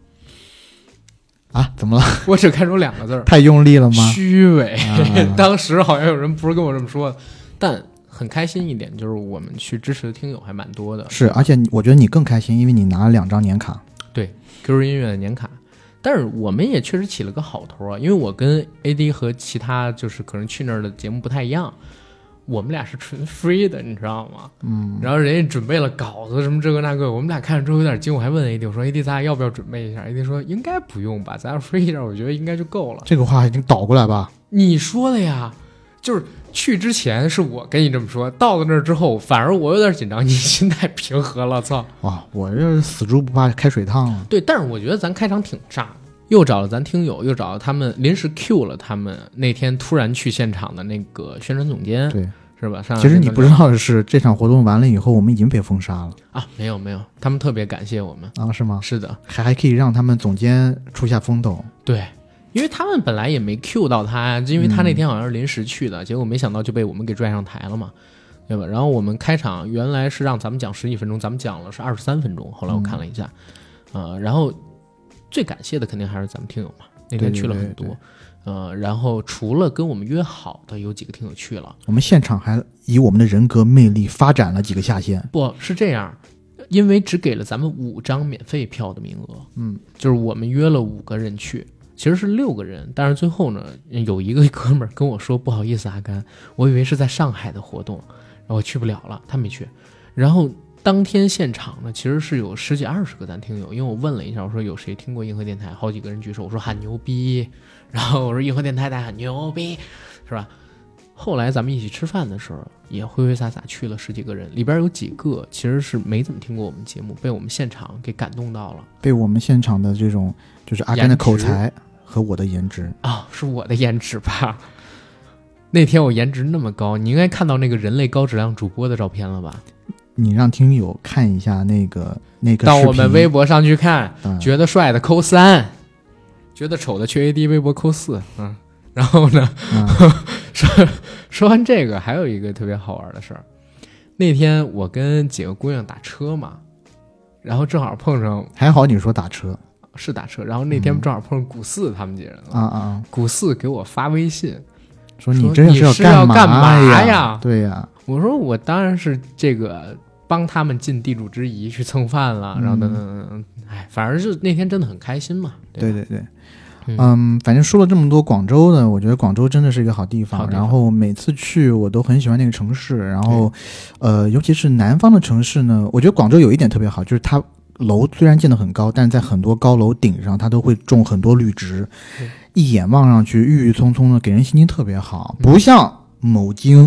啊，怎么了？ 我只看出2个字， 太用力了吗？ 虚伪。当时好像有人不是跟我这么说的，但很开心一点，就是我们去支持的听友还蛮多的。 是，而且我觉得你更开心，因为你拿了2张年卡。 对 ，QQ 音乐的年卡。但是我们也确实起了个好头啊，因为我跟 AD 和其他就是可能去那儿的节目不太一样。我们俩是纯 free 的，你知道吗？然后人家准备了稿子什么这个那个，我们俩看了之后有点惊，我还问 AD， 我说 AD 咱俩要不要准备一下 ？AD 说应该不用吧，咱俩 free 一下，我觉得应该就够了。 这个话已经倒过来吧？ 你说的呀，就是去之前是我跟你这么说，到了那儿之后，反而我有点紧张，你心态平和了，操！ 哇，我这死猪不怕开水烫了。 对，但是我觉得咱开场挺炸的。又找了咱听友，又找了他们，临时 Q 了他们那天突然去现场的那个宣传总监， 对， 是吧？ 其实你不知道的是，这场活动完了以后，我们已经被封杀了啊！没有，他们特别感谢我们啊，是吗？ 是的， 还可以让他们总监出下风头。 对，因为他们本来也没 Q 到他，因为他那天好像是临时去的，结果没想到就被我们给拽上台了嘛，对吧？然后我们开场原来是让咱们讲11分钟，咱们讲了是23分钟，后来我看了一下，然后。最感谢的肯定还是咱们听友嘛，那天去了很多，然后除了跟我们约好的有几个听友去了， 我们现场还以我们的人格魅力发展了几个下线。 不是这样，因为只给了咱们5张免费票的名额，就是我们约了5个人去，其实是6个人，但是最后呢，有一个哥们儿跟我说不好意思阿甘，我以为是在上海的活动，然后我去不了了，他没去，然后。当天现场呢，其实是有10几20个咱听友，因为我问了一下，我说有谁听过硬核电台，好几个人举手，我说喊牛逼，然后我说硬核电台大家喊牛逼，是吧？后来咱们一起吃饭的时候，也挥挥洒洒去了10几个人，里边有几个其实是没怎么听过我们节目，被我们现场给感动到了， 被我们现场的这种就是阿甘的口才和我的颜值啊，是我的颜值吧？那天我颜值那么高，你应该看到那个人类高质量主播的照片了吧？ 你让听友看一下那个到我们微博上去看，觉得帅的扣3，觉得丑的去 AD 微博扣4，然后呢，说完这个，还有一个特别好玩的事儿，那天我跟几个姑娘打车嘛，然后正好碰上， 还好你说打车是打车，然后那天正好碰上古4他们几人了， 古4给我发微信说你这是要干嘛呀？ 对呀。 我说我当然是这个帮他们尽地主之谊去蹭饭了，然后反正就那天真的很开心嘛。 对，反正说了这么多广州的，我觉得广州真的是一个好地方。然后每次去我都很喜欢那个城市，然后尤其是南方的城市呢，我觉得广州有一点特别好，就是它楼虽然建得很高，但是在很多高楼顶上它都会种很多绿植，一眼望上去郁郁葱葱的，给人心情特别好，不像某京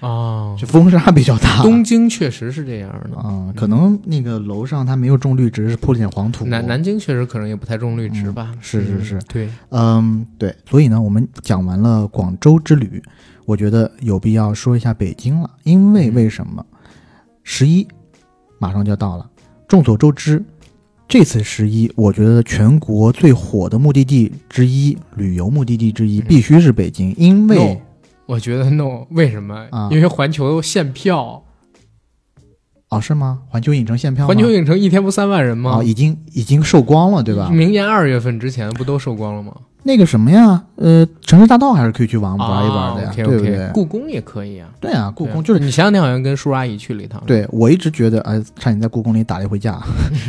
就风沙比较大。 东京确实是这样的可能那个楼上它没有种绿植，是铺了点黄土。 南京确实可能也不太种绿植吧。 是， 对， 对。所以呢，我们讲完了广州之旅，我觉得有必要说一下北京了，因为什么？11马上就要到了，众所周知。这次11，我觉得全国最火的目的地之一，旅游目的地之一，必须是北京，因为我觉得 no， 为什么？因为环球限票。 是吗？环球影城限票吗？ 环球影城一天不3万人吗？ 已经售光了，对吧？ 明年2月份之前不都售光了吗？ 那个什么呀，城市大道还是可以去玩一玩的呀， 对不对？ 故宫也可以啊。 对啊，故宫就是你前2天好像跟叔阿姨去了一趟。 对，我一直觉得差点在故宫里打了一回架。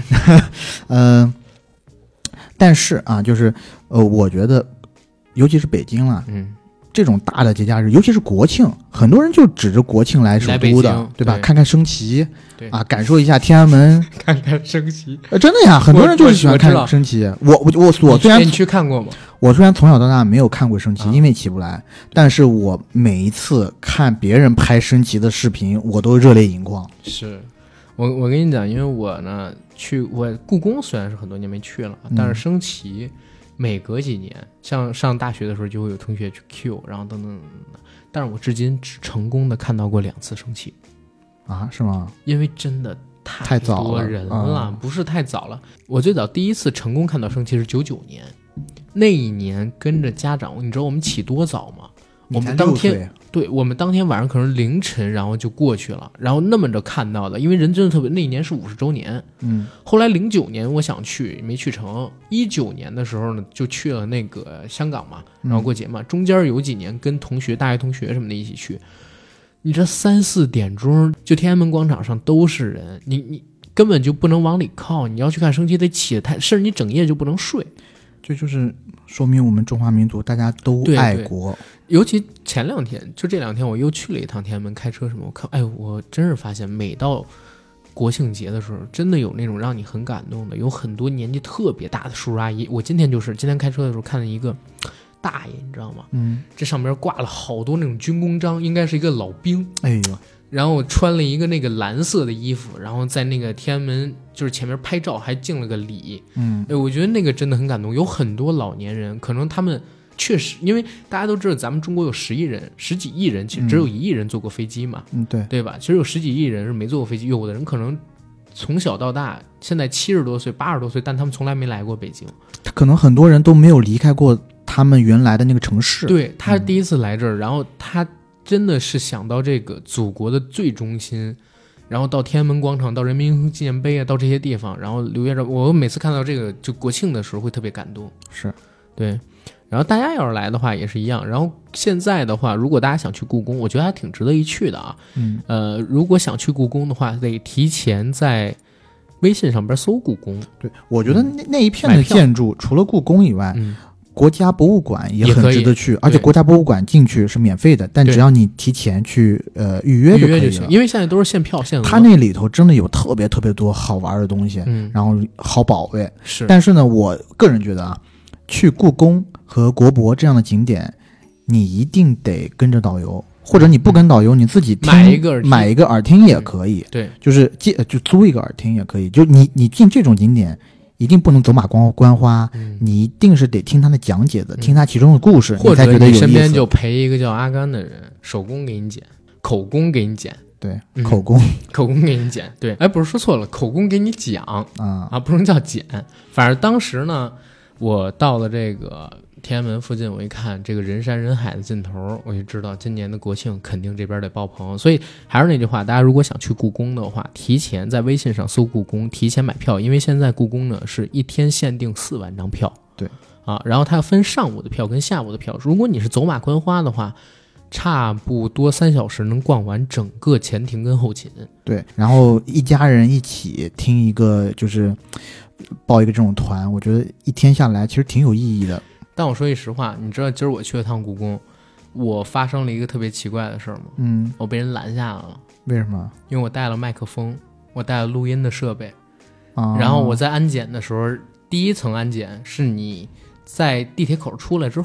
但是啊，就是我觉得，尤其是北京了，这种大的节假日，尤其是国庆，很多人就指着国庆来首都的，对吧？看看升旗，感受一下天安门， 看看升旗。 真的呀，很多人就是喜欢看升旗。我虽然你去看过吗？ 我虽然从小到大没有看过升旗，因为起不来，但是我每一次看别人拍升旗的视频，我都热泪盈眶。 是，我跟你讲，因为我呢我故宫虽然是很多年没去了，但是升旗每隔几年，像上大学的时候就会有同学去 Q， 然后等等，但是我至今只成功的看到过2次升旗。 是吗？ 因为真的太多人了，不是太早了。我最早第一次成功看到升旗是99年，那一年跟着家长，你知道我们起多早吗？我们当天，对，我们当天晚上可能凌晨，然后就过去了，然后那么着看到的，因为人真的特别。那一年是50周年，后来09年我想去没去成，19年的时候呢就去了那个香港嘛，然后过节嘛，中间有几年跟同学、大学同学什么的一起去。你这3、4点钟，就天安门广场上都是人，你根本就不能往里靠。你要去看升旗，得起得太，甚至你整夜就不能睡。 这就是说明我们中华民族大家都爱国。 尤其前2天，就这2天，我又去了一趟天安门，开车什么，我看，我真是发现，每到国庆节的时候，真的有那种让你很感动的，有很多年纪特别大的叔叔阿姨。我今天开车的时候看了一个大爷，你知道吗？这上面挂了好多那种军功章，应该是一个老兵。然后穿了一个那个蓝色的衣服，然后在那个天安门就是前面拍照，还敬了个礼。我觉得那个真的很感动。有很多老年人，可能他们确实，因为大家都知道咱们中国有10几亿人，其实只有1亿人坐过飞机嘛，对吧？其实有10几亿人是没坐过飞机，有的人可能从小到大，现在70多岁、80多岁，但他们从来没来过北京。 可能很多人都没有离开过他们原来的那个城市。 对，他第一次来这儿，然后他真的是想到这个祖国的最中心，然后到天安门广场，到人民英雄纪念碑啊，到这些地方，然后留下着。我每次看到这个，就国庆的时候会特别感动。 是， 对。然后大家要是来的话也是一样。然后现在的话，如果大家想去故宫，我觉得还挺值得一去的啊。如果想去故宫的话，得提前在微信上边搜故宫。 对，我觉得那一片的建筑，除了故宫以外，国家博物馆也很值得去，而且国家博物馆进去是免费的，但只要你提前去预约就可以了， 因为现在都是限票限额。 它那里头真的有特别特别多好玩的东西，然后好宝贝。 是， 但是呢，我个人觉得啊，去故宫和国博这样的景点，你一定得跟着导游，或者你不跟导游，你自己听买一个耳听也可以。 对， 就是就租一个耳听也可以。就你进这种景点，一定不能走马观花，你一定是得听他的讲解的，听他其中的故事， 或者你身边就陪一个叫阿甘的人，手工给你剪，口工给你剪。 对，口工给你剪。对，不是说错了，口工给你讲不能叫剪。反正当时呢，我到了这个天安门附近，我一看这个人山人海的尽头，我就知道今年的国庆肯定这边得爆棚。所以还是那句话，大家如果想去故宫的话，提前在微信上搜故宫，提前买票，因为现在故宫呢是一天限定4万张票。 对然后它要分上午的票跟下午的票。如果你是走马观花的话，差不多3小时能逛完整个前庭跟后勤。 对，然后一家人一起听一个，就是报一个这种团，我觉得一天下来其实挺有意义的。 但我说句实话，你知道今儿我去了趟故宫，我发生了一个特别奇怪的事儿吗？我被人拦下了。 为什么？ 因为我带了麦克风，我带了录音的设备，然后我在安检的时候，第一层安检是你在地铁口出来之后，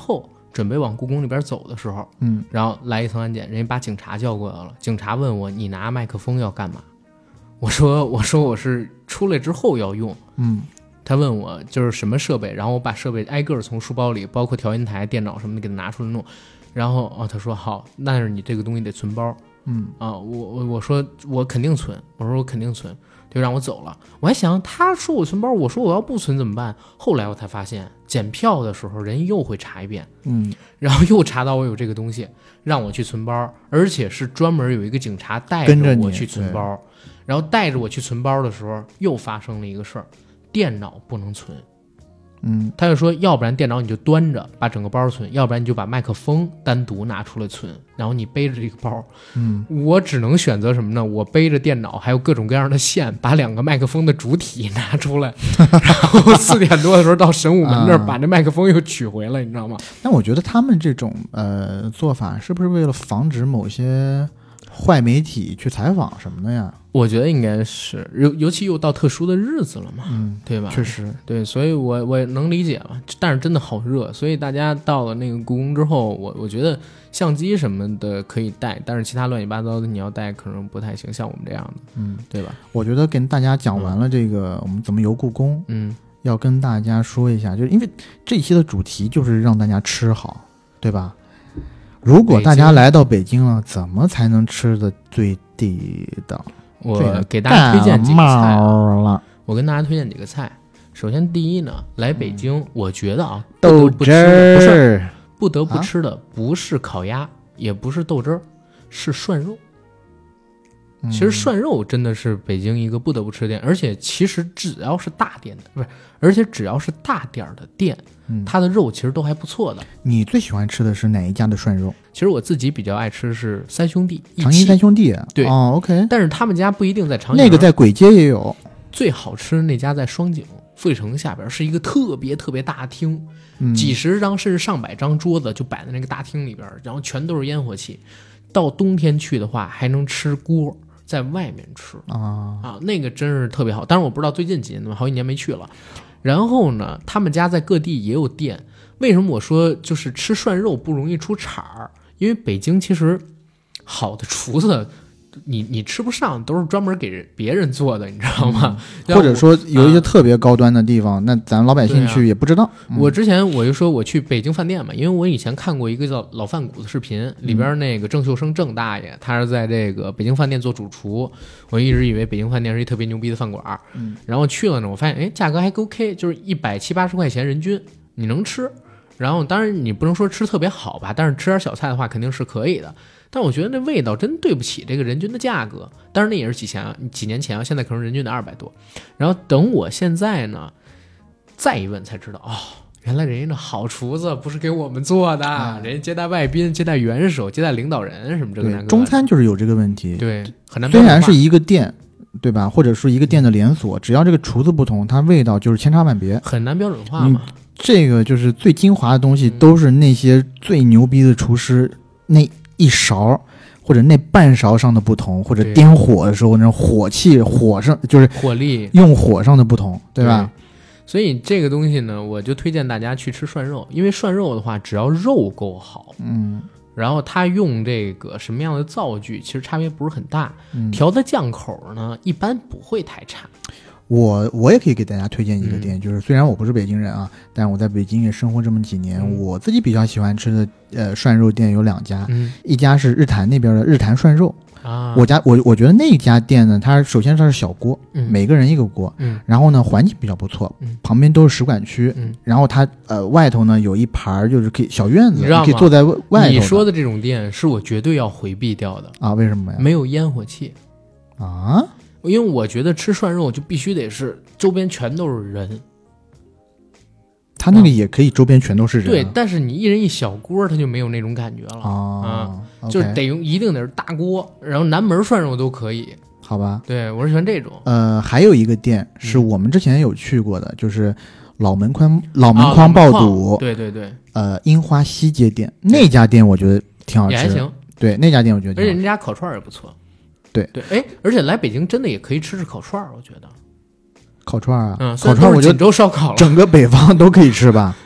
准备往故宫那边走的时候，然后来一层安检，人家把警察叫过来了。警察问我，你拿麦克风要干嘛？我说我是出来之后要用。他问我就是什么设备，然后我把设备挨个从书包里，包括调音台、电脑什么的给他拿出来弄。然后他说好，但是你这个东西得存包。我说我肯定存，我说我肯定存。就让我走了。我还想他说我存包，我说我要不存怎么办？后来我才发现，检票的时候人又会查一遍，然后又查到我有这个东西，让我去存包，而且是专门有一个警察带着我去存包。然后带着我去存包的时候，又发生了一个事儿，电脑不能存。他就说，要不然电脑你就端着把整个包存，要不然你就把麦克风单独拿出来存，然后你背着这个包。我只能选择什么呢？我背着电脑还有各种各样的线，把2个麦克风的主体拿出来，然后4点多的时候到神武门那儿把那麦克风又取回来，你知道吗？ 但我觉得他们这种做法是不是为了防止某些坏媒体去采访什么的呀？ 我觉得应该是，尤其又到特殊的日子了嘛，对吧？ 确实， 对，所以我能理解嘛。但是真的好热，所以大家到了那个故宫之后，我觉得相机什么的可以带，但是其他乱七八糟的你要带可能不太行，像我们这样的，对吧？ 我觉得跟大家讲完了这个我们怎么游故宫，要跟大家说一下，就是因为这一期的主题就是让大家吃好，对吧？如果大家来到北京了，怎么才能吃的最地道？ 我给大家推荐几个菜了。我跟大家推荐几个菜。首先，第一呢，来北京，我觉得啊， 豆汁儿不得不吃的不是烤鸭，也不是豆汁儿，是涮肉。其实涮肉真的是北京一个不得不吃的店，而且其实只要是大店的，不是，而且只要是大点儿的店，它的肉其实都还不错的。 你最喜欢吃的是哪一家的涮肉？ 其实我自己比较爱吃的是三兄弟， 长阴三兄弟。 对， 哦 ，OK。 但是他们家不一定在长阴， 那个在簋街也有。 最好吃的那家在双井阜成下边，是一个特别特别大厅，几十张甚至上百张桌子就摆在那个大厅里边，然后全都是烟火气。到冬天去的话，还能吃锅。在外面吃那个真是特别好，但是我不知道最近几年，好几年没去了。然后呢，他们家在各地也有店。为什么我说就是吃涮肉不容易出岔儿？因为北京其实好的厨子，你吃不上，都是专门给别人做的，你知道吗？ 或者说有一些特别高端的地方，那咱老百姓去也不知道。 我之前我就说我去北京饭店嘛，因为我以前看过一个叫老饭骨的视频，里边那个郑秀生郑大爷，他是在这个北京饭店做主厨。我一直以为北京饭店是一特别牛逼的饭馆，然后去了呢，我发现价格还 OK， 就是170-180块钱人均，你能吃。然后当然你不能说吃特别好吧，但是吃点小菜的话肯定是可以的。但我觉得那味道真对不起这个人均的价格，当然那也是几年前啊，现在可能人均的200多。然后等我现在呢再一问才知道，原来人家的好厨子不是给我们做的，人家接待外宾、接待元首、接待领导人什么这个那个。 中餐就是有这个问题， 对，很难标准化。 虽然是一个店，对吧？或者是一个店的连锁，只要这个厨子不同，它味道就是千差万别， 很难标准化嘛。 这个就是最精华的东西，都是那些最牛逼的厨师那一勺或者那半勺上的不同，或者颠火的时候那种火气火上就是火力用火上的不同，对吧？ 所以这个东西呢，我就推荐大家去吃涮肉，因为涮肉的话，只要肉够好，然后他用这个什么样的灶具，其实差别不是很大，调的酱口呢，一般不会太差。 我也可以给大家推荐一个店，就是虽然我不是北京人啊，但我在北京也生活这么几年，我自己比较喜欢吃的涮肉店有2家，一家是日坛那边的日坛涮肉啊，我觉得那家店呢，它首先它是小锅，每个人一个锅，然后呢环境比较不错，旁边都是使馆区，然后它外头呢有一盘就是可以小院子，你可以坐在外头。 你说的这种店是我绝对要回避掉的啊？为什么呀？ 没有烟火气啊。 因为我觉得吃涮肉就必须得是周边全都是人， 他那个也可以周边全都是人， 对，但是你一人一小锅，他就没有那种感觉了就是一定得是大锅，然后南门涮肉都可以， 好吧？ 对，我是喜欢这种。 还有一个店是我们之前有去过的，就是老门框爆肚， 对对对， 樱花西街店那家店我觉得挺好吃， 也还行。 对，那家店我觉得， 而且人家烤串也不错。 对， 而且来北京真的也可以吃烤串，我觉得。 烤串啊， 烤串我觉得锦州烧烤了， 整个北方都可以吃吧。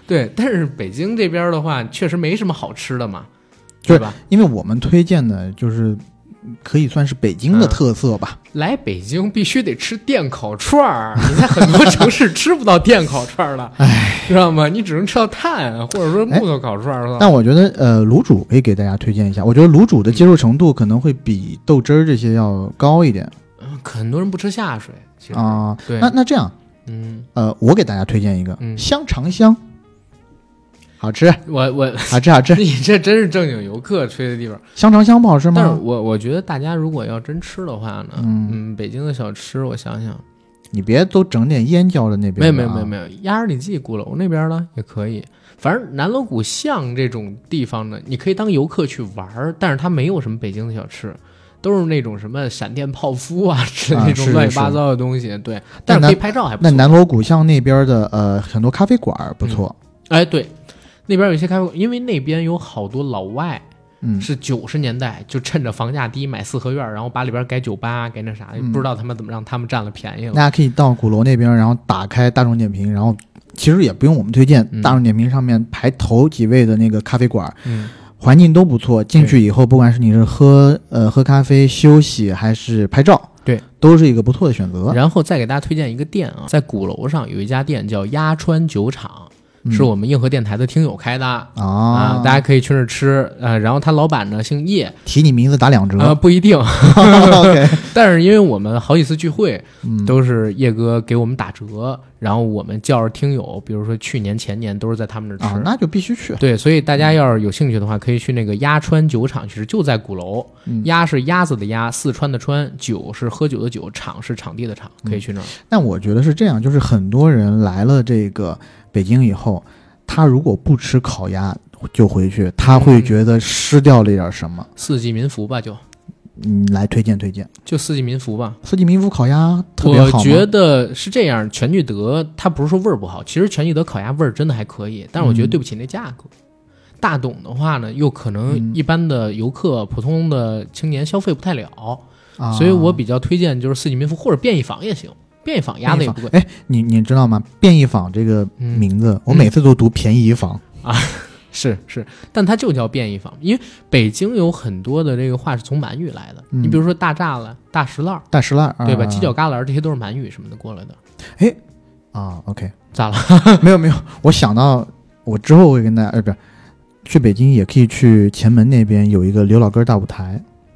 对，但是北京这边的话，确实没什么好吃的嘛，对吧？ 因为我们推荐的就是可以算是北京的特色吧。 来北京必须得吃电烤串儿，你在很多城市吃不到电烤串儿了，知道吗？你只能吃到炭或者说木头烤串儿。 但我觉得卤煮可以给大家推荐一下，我觉得卤煮的接受程度可能会比豆汁儿这些要高一点。 很多人不吃下水，其实对。 那这样，我给大家推荐一个香肠香。好吃，好吃， 你这真是正经游客吹的地方。 香肠香不好吃吗？ 但是我觉得大家如果要真吃的话呢，北京的小吃，我想想， 你别都整点燕郊的那边。 没有，鸭儿里记鼓楼那边呢也可以。反正南锣鼓巷这种地方呢，你可以当游客去玩，但是它没有什么北京的小吃，都是那种什么闪电泡芙啊之类那种乱七八糟的东西。对，但是可以拍照还不错。 那南锣鼓巷那边的很多咖啡馆不错。 哎，对。那边有一些咖啡馆，因为那边有好多老外，是90年代就趁着房价低买四合院，然后把里边改酒吧，改那啥，不知道他们怎么让他们占了便宜了。 大家可以到鼓楼那边，然后打开大众点评，然后其实也不用我们推荐，大众点评上面排头几位的那个咖啡馆，环境都不错。进去以后，不管是你是喝咖啡、休息还是拍照， 对， 都是一个不错的选择。 然后再给大家推荐一个店啊，在鼓楼上有一家店叫鸭川酒厂。是我们硬核电台的听友开的大家可以去那吃然后他老板呢姓叶， 提你名字打2折不一定 okay 但是因为我们好几次聚会都是叶哥给我们打折，然后我们叫着听友，比如说去年前年都是在他们那吃那就必须去。 对，所以大家要是有兴趣的话，可以去那个鸭川酒厂，其实就在鼓楼。鸭是鸭子的鸭，四川的川，酒是喝酒的酒，厂是场地的场，可以去那儿。 但我觉得是这样，就是很多人来了这个北京以后，他如果不吃烤鸭就回去，他会觉得失掉了一点什么。 四季民福吧，就来推荐， 就四季民福吧。 四季民福烤鸭特别好吗？ 我觉得是这样，全聚德它不是说味儿不好，其实全聚德烤鸭味儿真的还可以，但是我觉得对不起那价格。大董的话呢，又可能一般的游客、普通的青年消费不太了，所以我比较推荐就是四季民福或者便宜坊也行。便宜坊鸭子也不贵。 哎，你知道吗？便宜坊这个名字，我每次都读便宜坊是，但它就叫便宜坊，因为北京有很多的这个话是从满语来的。你比如说大栅栏、大石烂、对吧？犄角旮旯这些都是满语什么的过来的。 哎，OK， 咋了？ 没有，我想到我之后会跟大家，不是去北京也可以去前门那边有一个刘老根大舞台。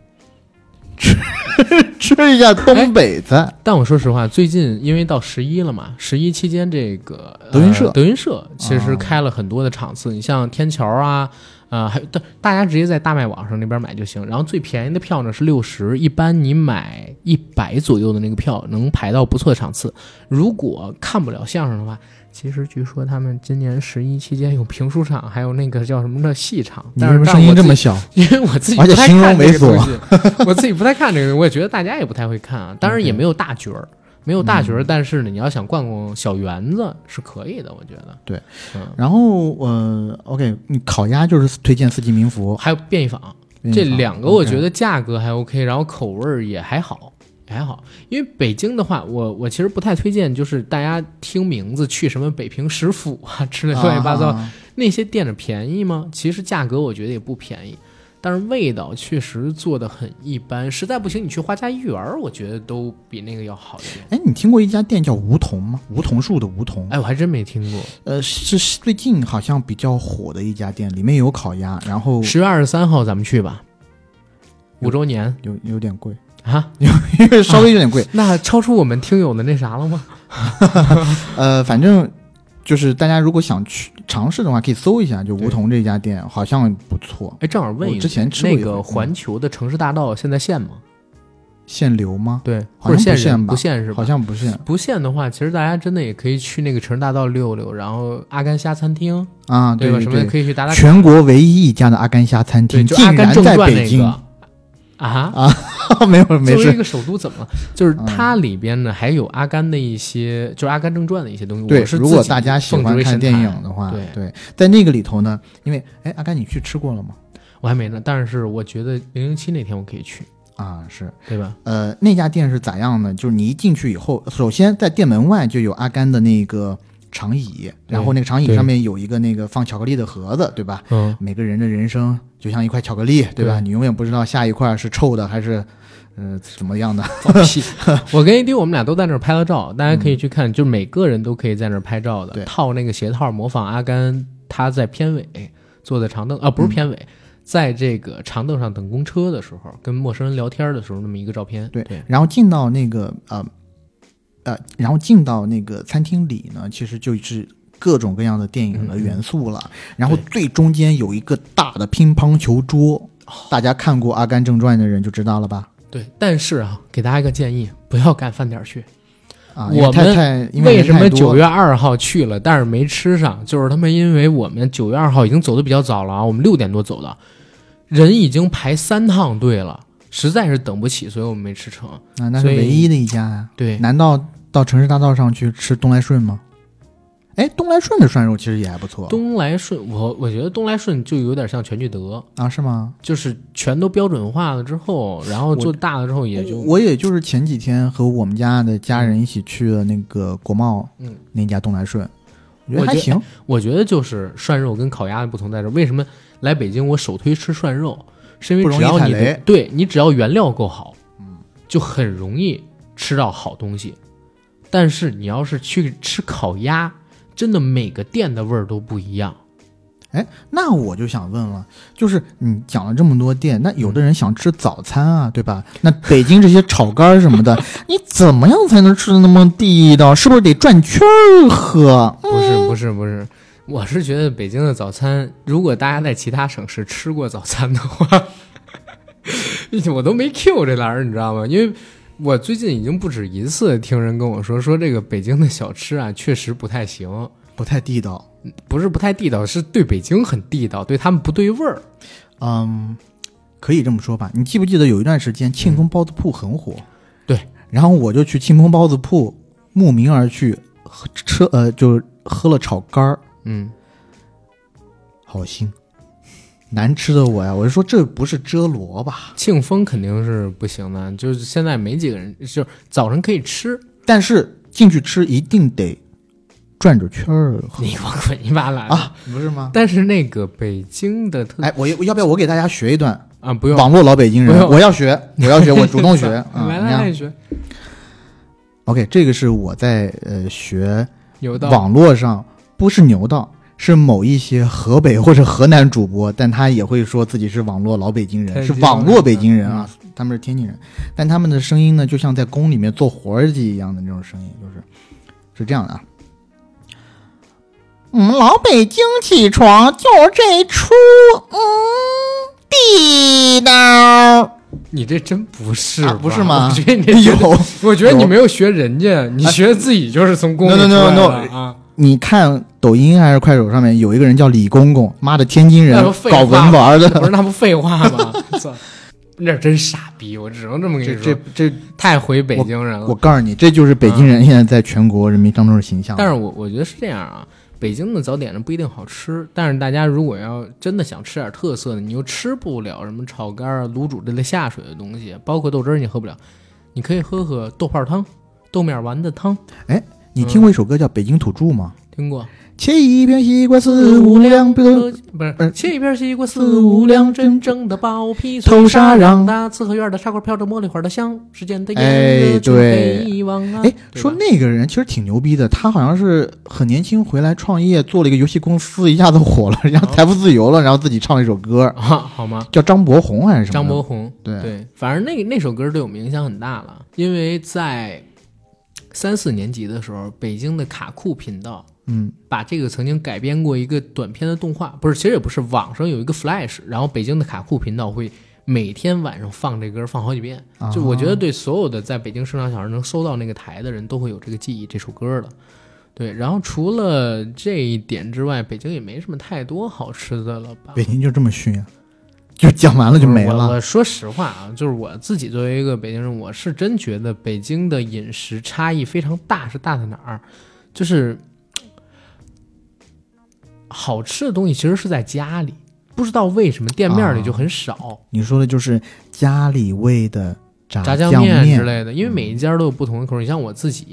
吃一下东北菜。 但我说实话，最近因为到11了嘛，11期间这个德云社其实开了很多的场次，你像天桥啊，还有大家直接在大麦网上那边买就行。然后最便宜的票呢是60，一般你买100左右的那个票能排到不错的场次。如果看不了相声的话，其实据说他们今年11期间有评书场，还有那个叫什么的戏场。 但是声音这么小？ 因为我自己不太看这个东西，我自己不太看这个，我也觉得大家也不太会看啊。当然也没有大角儿，但是呢，你要想逛逛小园子是可以的，我觉得。 对，然后OK， 你烤鸭就是推荐四季民福， 还有便宜坊，这两个我觉得价格还 OK， 然后口味也还好。因为北京的话，我其实不太推荐，就是大家听名字去什么北平食府啊之类乱七八糟那些店的便宜吗？其实价格我觉得也不便宜，但是味道确实做的很一般，实在不行你去花家一园，我觉得都比那个要好一点。 哎，你听过一家店叫梧桐吗？梧桐树的梧桐。 哎，我还真没听过。 是最近好像比较火的一家店，里面有烤鸭，然后 10月23号咱们去吧，5周年。 有点贵啊， 因为稍微有点贵。 那超出我们听友的那啥了吗？ 反正就是大家如果想去尝试的话，可以搜一下，就梧桐这家店好像不错。 哎，正好问一下， 之前吃过那个环球的城市大道现在限吗？ 限流吗？ 对， 好像不限吧？ 不限是吧？ 好像不限。 不限的话，其实大家真的也可以去那个城市大道溜溜，然后阿甘虾餐厅啊， 对吧？什么可以去打打卡。 全国唯一一家的阿甘虾餐厅， 就阿甘正传那个。没事。 作为一个首都怎么了？就是它里边呢还有阿甘的一些，就是阿甘正传的一些东西。 对，如果大家喜欢看电影的话，对，在那个里头呢，因为阿甘你去吃过了吗？ 我还没呢，但是我觉得007那天我可以去啊，是对吧？ 那家店是咋样呢？就是你一进去以后，首先在店门外就有阿甘的那个长椅，然后那个长椅上面有一个那个放巧克力的盒子，对吧？每个人的人生就像一块巧克力，对吧？你永远不知道下一块是臭的还是怎么样的。 放屁！我跟AD我们俩都在那儿拍了照，大家可以去看，就每个人都可以在那儿拍照的，套那个鞋套模仿阿甘他在片尾坐在长凳不是片尾。在这个长凳上等公车的时候，跟陌生人聊天的时候，那么一个照片。 对，然后进到那个然后进到那个餐厅里呢，其实就是各种各样的电影的元素了。然后最中间有一个大的乒乓球桌，大家看过《阿甘正传》的人就知道了吧？ 对，但是给大家一个建议，不要赶饭点去。 我们为什么9月2号去了，但是没吃上？就是他们因为我们9月2号已经走的比较早了啊，我们6点多走的，人已经排3趟队了，实在是等不起，所以我们没吃成。 那是唯一的一家呀。 对， 难道到城市大道上去吃东来顺吗？东来顺的涮肉其实也还不错。 东来顺，我觉得东来顺就有点像全聚德啊，是吗？ 就是全都标准化了之后，然后做大了之后我也就是前几天和我们家的家人一起去了那个国贸，那家东来顺，我觉得还行。 我觉得就是涮肉跟烤鸭的不同在这，为什么来北京我首推吃涮肉？是因为只要你只要原料够好，就很容易吃到好东西。但是你要是去吃烤鸭，真的每个店的味儿都不一样。 那我就想问了，就是你讲了这么多店，那有的人想吃早餐啊，对吧？那北京这些炒肝什么的，你怎么样才能吃的那么地道？是不是得转圈儿喝？ 不是，我是觉得北京的早餐，如果大家在其他省市吃过早餐的话，我都没 Q 这栏儿，你知道吗？因为我最近已经不止一次听人跟我说这个北京的小吃啊，确实不太行， 不太地道。 不是不太地道，是对北京很地道，对他们不对味儿。 可以这么说吧。你记不记得有一段时间庆丰包子铺很火？ 对， 然后我就去庆丰包子铺慕名而去就喝了炒肝儿。好腥，难吃的我呀！我就说这不是遮罗吧？ 庆丰肯定是不行的，就是现在没几个人，就是早上可以吃， 但是进去吃一定得转着圈儿。 你给我滚一巴来啊！不是吗？ 但是那个北京的我要不要我给大家学一段啊？不用， 网络老北京人，我要学，我主动学。 来学。 OK， 这个是我在学牛道网络上，不是牛道，是某一些河北或者河南主播，但他也会说自己是网络老北京人，是网络北京人啊，他们是天津人，但他们的声音呢，就像在宫里面做活计一样的那种声音，是这样的啊。老北京起床就这出，地道。 你这真不是不是吗？ 我觉得你我觉得你没有学人家，你学自己就是从宫里出来的啊。 你看抖音还是快手上面有一个人叫李公公，妈的天津人搞文玩的， 不是那不废话吗？那真傻逼，我只能这么跟你说。 这太回北京人了。 我告诉你，这就是北京人现在在全国人民当中的形象。 但是我觉得是这样啊，北京的早点呢不一定好吃，但是大家如果要真的想吃点特色的，你又吃不了什么炒肝啊、卤煮这类下水的东西，包括豆汁儿你喝不了，你可以喝喝豆泡汤、豆面丸子汤。 你听过一首歌叫《北京土著》吗？ 听过。 切一片西瓜4、5两，不是切一片西瓜4、5两，真正的剥皮头沙瓤， 大四合院的茶馆飘着茉莉花的香，时间的炎热对， 遗忘啊。 说那个人其实挺牛逼的，他好像是很年轻回来创业，做了一个游戏公司，一下子火了，然后财富自由了，然后自己唱了一首歌好吗？ 叫张博宏还是什么？ 张博宏， 对， 反正那首歌对我们影响很大了，因为在3、4年级的时候，北京的卡酷频道，把这个曾经改编过一个短片的动画，不是，其实也不是，网上有一个 Flash， 然后北京的卡酷频道会每天晚上放这歌，放好几遍。就我觉得对所有的在北京生长小孩能搜到那个台的人都会有这个记忆，这首歌的。对，然后除了这一点之外，北京也没什么太多好吃的了吧？ 北京就这么逊啊？就讲完了就没了。 我说实话啊，就是我自己作为一个北京人，我是真觉得北京的饮食差异非常大，是大在哪儿？就是好吃的东西其实是在家里，不知道为什么店面里就很少。 你说的就是家里味的炸酱面之类的，因为每一家都有不同的口味。你像我自己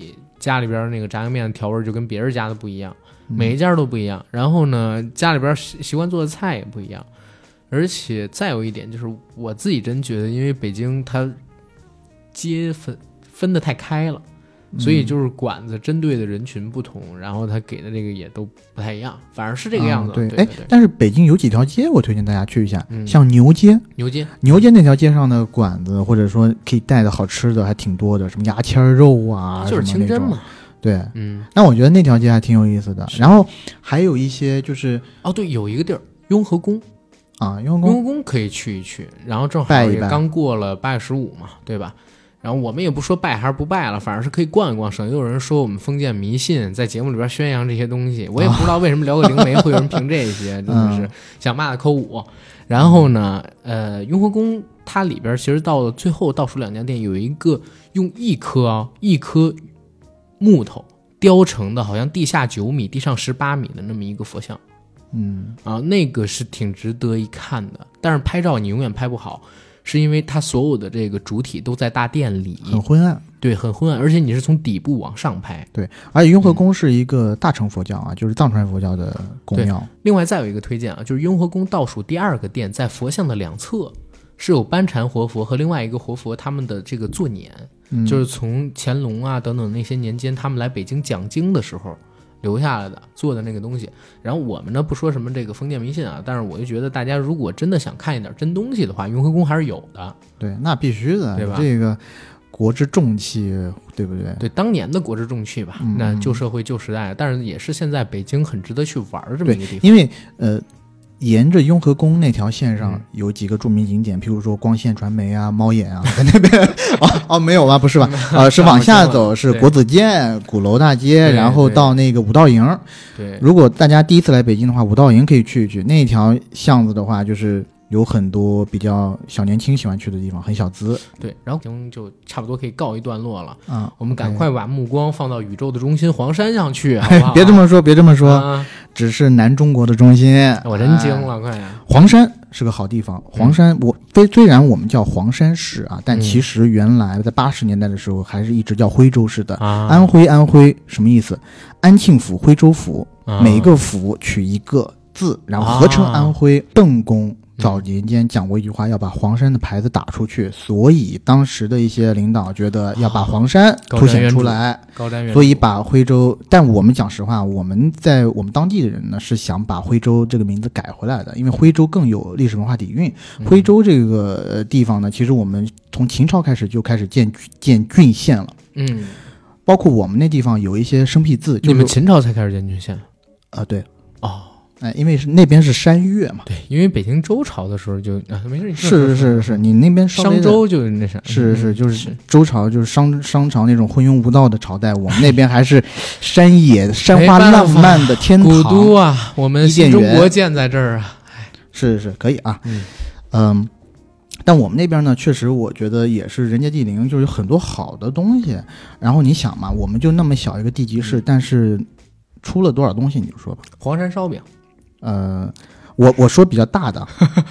家里边那个炸酱面的调味就跟别人家的不一样，每一家都不一样。然后呢，家里边习惯做的菜也不一样。而且再有一点就是，我自己真觉得，因为北京它街分得太开了，所以就是馆子针对的人群不同，然后他给的这个也都不太一样，反正是这个样子。 对，但是北京有几条街我推荐大家去一下，像牛街那条街上的馆子，或者说可以带的好吃的还挺多的，什么牙签肉啊， 就是清真嘛。 对，那我觉得那条街还挺有意思的。然后还有一些就是对，有一个地儿雍和宫。雍和宫可以去一去，然后正好也刚过了8月15嘛，对吧？然后我们也不说拜还是不拜了，反正是可以逛一逛。省有人说我们封建迷信，在节目里边宣扬这些东西，我也不知道为什么聊个灵媒会有人评这些，真的是想骂的扣5。然后呢，雍和宫它里边其实到了最后倒数2家店，有一个用一颗木头雕成的，好像地下9米、地上18米的那么一个佛像。那个是挺值得一看的，但是拍照你永远拍不好，是因为它所有的这个主体都在大殿里， 很昏暗。 对，很昏暗，而且你是从底部往上拍。 对，而且雍和宫是一个大乘佛教啊，就是藏传佛教的宫庙。 另外再有一个推荐啊，就是雍和宫倒数第2个殿，在佛像的2侧是有班禅活佛和另外一个活佛他们的这个坐辇，就是从乾隆啊等等那些年间他们来北京讲经的时候留下来的做的那个东西。然后我们呢不说什么这个封建迷信啊，但是我就觉得大家如果真的想看一点真东西的话，雍和宫还是有的。 对，那必须的， 对吧？ 这个国之重器，对不对？ 对，当年的国之重器吧。那旧社会旧时代，但是也是现在北京很值得去玩这么一个地方。 因为沿着雍和宫那条线上有几个著名景点，譬如说光线传媒啊、猫眼啊，在那边没有吧？不是吧？是往下走是国子监、鼓楼大街，然后到那个五道营。 对， 如果大家第一次来北京的话，五道营可以去一去。那条巷子的话，就是有很多比较小年轻喜欢去的地方，很小资。 对，然后就差不多可以告一段落了我们赶快把目光放到宇宙的中心黄山上去，好不好？ 别这么说，只是南中国的中心。 我真惊了，快呀！ 黄山是个好地方。黄山，虽然我们叫黄山市啊，但其实原来在80年代的时候，还是一直叫徽州市的。安徽什么意思？安庆府、徽州府，每个府取一个字，然后合称安徽。邓公早年间讲过一句话，要把黄山的牌子打出去，所以当时的一些领导觉得要把黄山凸显出来，所以把徽州。但我们讲实话，我们当地的人呢是想把徽州这个名字改回来的，因为徽州更有历史文化底蕴。徽州这个地方呢，其实我们从秦朝开始就开始建郡县了。包括我们那地方有一些生僻字， 你们秦朝才开始建郡县？ 对。因为那边是山岳嘛。 对，因为北京周朝的时候就没事。 是，你那边商周就是那啥。 是，就是周朝就是商朝那种昏庸无道的朝代，我们那边还是山野山花浪漫的天堂。 古都啊，我们新中国建在这儿啊。 是可以啊。但我们那边呢，确实我觉得也是人杰地灵，就是有很多好的东西。然后你想嘛，我们就那么小一个地级市，但是出了多少东西你就说吧。 黄山烧饼。 我说比较大的，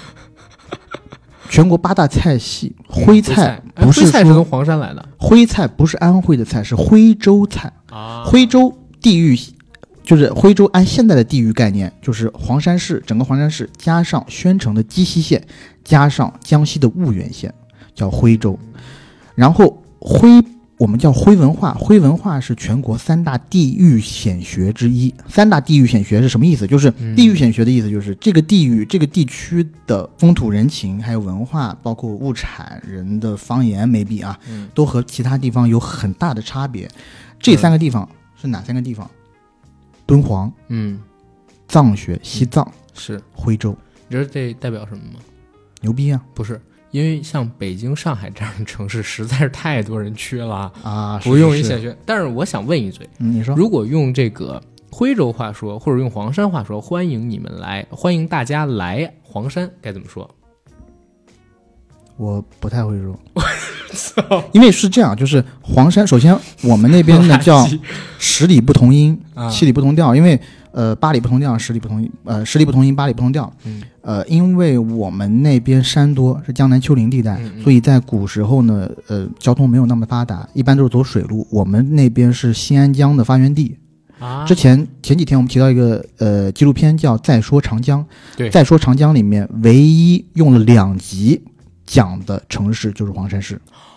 全国8大菜系，徽菜不是徽菜是从黄山来的， 徽菜不是安徽的菜，是徽州菜徽州地域就是徽州按现在的地域概念，就是黄山市，整个黄山市加上宣城的鸡西县，加上江西的婺源县，叫徽州。然后我们叫徽文化，徽文化是全国3大地域显学之一。3大地域显学是什么意思？就是地域显学的意思，就是这个地域、这个地区的风土人情，还有文化，包括物产、人的方言，maybe啊，都和其他地方有很大的差别。这3个地方是哪3个地方？敦煌，藏学，西藏是徽州。 你知道这代表什么吗？ 牛逼啊！ 不是。因为像北京、上海这样的城市实在是太多人去了啊， 不用一显学。但是我想问一嘴， 你说， 如果用这个徽州话说，或者用黄山话说，欢迎你们来，欢迎大家来黄山，该怎么说？ 我不太会说，因为是这样，就是黄山，首先我们那边呢叫10里不同音，7里不同调，因为八里不同调，十里不同音，八里不同调。因为我们那边山多，是江南丘陵地带，所以在古时候呢，交通没有那么发达，一般都是走水路。我们那边是新安江的发源地。之前几天我们提到一个纪录片叫《再说长江》， 对， 《再说长江》里面唯一用了2集讲的城市就是黄山市。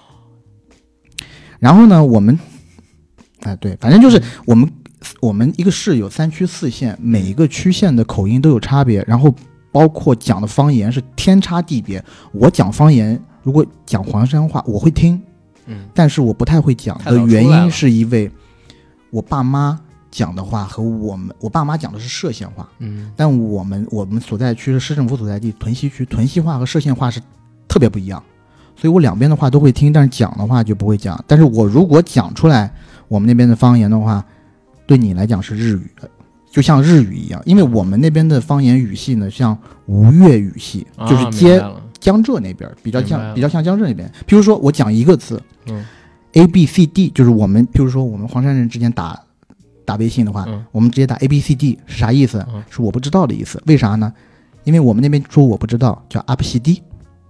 然后呢，我们对，反正就是我们一个市有3区4县，每一个区县的口音都有差别，然后包括讲的方言是天差地别。我讲方言，如果讲黄山话我会听，但是我不太会讲的原因是因为我爸妈讲的话和我爸妈讲的是歙县话，但我们所在区是市政府所在地屯溪区，屯溪话和歙县话是特别不一样，所以我两边的话都会听，但是讲的话就不会讲。但是我如果讲出来我们那边的方言的话，对你来讲是日语的，就像日语一样，因为我们那边的方言语系呢，像吴越语系，就是接江浙那边，比较像江浙那边。譬如说我讲一个字，A B C D， 就是我们譬如说我们黄山人之间打微信的话，我们直接打 A B C D 是啥意思？是我不知道的意思。为啥呢？因为我们那边说我不知道叫 up C D。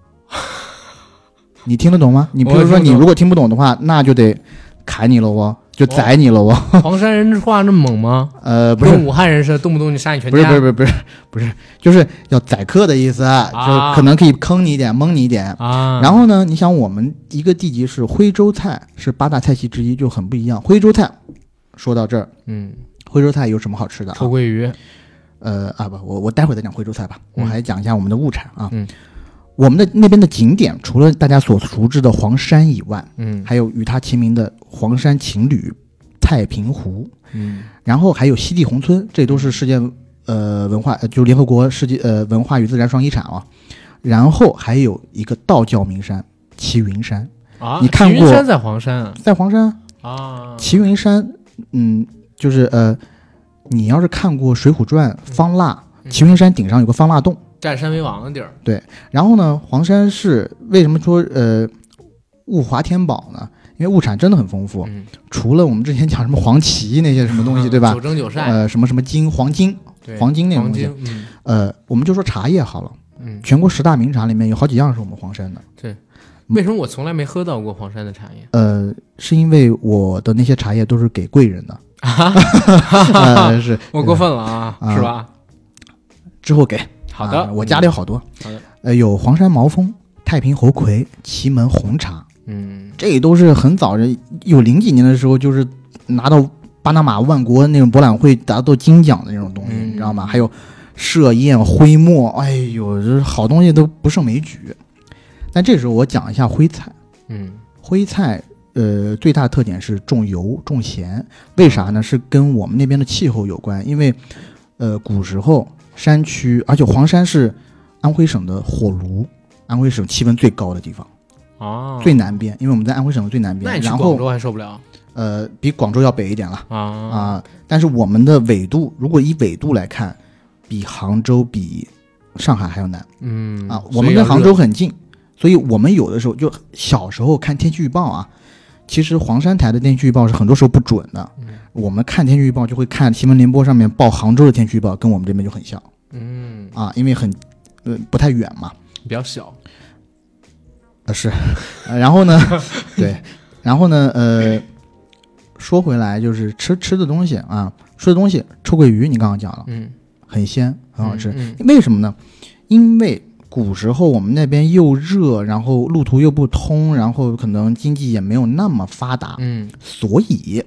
你听得懂吗？你比如说你如果听不懂的话，那就得砍你了哦，就宰你了哦。 黄山人话那么猛吗？ 不是， 跟武汉人似的，动不动就杀你全家。 不是，就是要宰客的意思，就可能可以坑你一点，蒙你一点啊。然后呢，你想我们一个地级市徽州菜是8大菜系之一，就很不一样。徽州菜说到这儿，徽州菜有什么好吃的？ 臭鳜鱼。 我待会儿再讲徽州菜吧，我还讲一下我们的物产啊。我们的那边的景点，除了大家所熟知的黄山以外，还有与它齐名的黄山情侣、太平湖，然后还有西递宏村，这都是世界文化，就联合国世界文化与自然双遗产啊。然后还有一个道教名山齐云山啊，你看过？齐云山在黄山啊？ 在黄山啊。齐云山，就是你要是看过《水浒传》方腊，齐云山顶上有个方腊洞。 占山为王的地儿。 对，然后呢，黄山市为什么说物华天宝呢？因为物产真的很丰富，除了我们之前讲什么黄芪那些什么东西，对吧？ 九蒸九晒， 什么金黄金那种东西，我们就说茶叶好了，全国10大名茶里面有好几样是我们黄山的。 对，为什么我从来没喝到过黄山的茶叶？ 是因为我的那些茶叶都是给贵人的是我过分了啊，是吧？ 之后给。 好的， 我家里有好多。 好的， 有黄山毛峰、太平猴魁、祁门红茶，这都是很早人有00几年的时候，就是拿到巴拿马万国那种博览会达到金奖的那种东西，你知道吗？还有麝宴、徽墨，哎呦，这好东西都不胜枚举。但这时候我讲一下徽菜，徽菜最大的特点是重油重咸，为啥呢？是跟我们那边的气候有关，因为古时候。山区，而且黄山是安徽省的火炉，安徽省气温最高的地方最南边，因为我们在安徽省的最南边。 那你去广州还受不了？ 比广州要北一点了但是我们的纬度，如果以纬度来看，比杭州、比上海还要南。我们跟杭州很近，所以我们有的时候就小时候看天气预报啊，其实黄山台的天气预报是很多时候不准的。我们看天气预报就会看新闻联播上面报杭州的天气预报，跟我们这边就很像。因为很不太远嘛， 比较小。 是，然后呢，对，然后呢，说回来就是吃的东西啊，吃的东西，臭鳜鱼你刚刚讲了，很鲜，很好吃。为什么呢？因为古时候我们那边又热，然后路途又不通，然后可能经济也没有那么发达，所以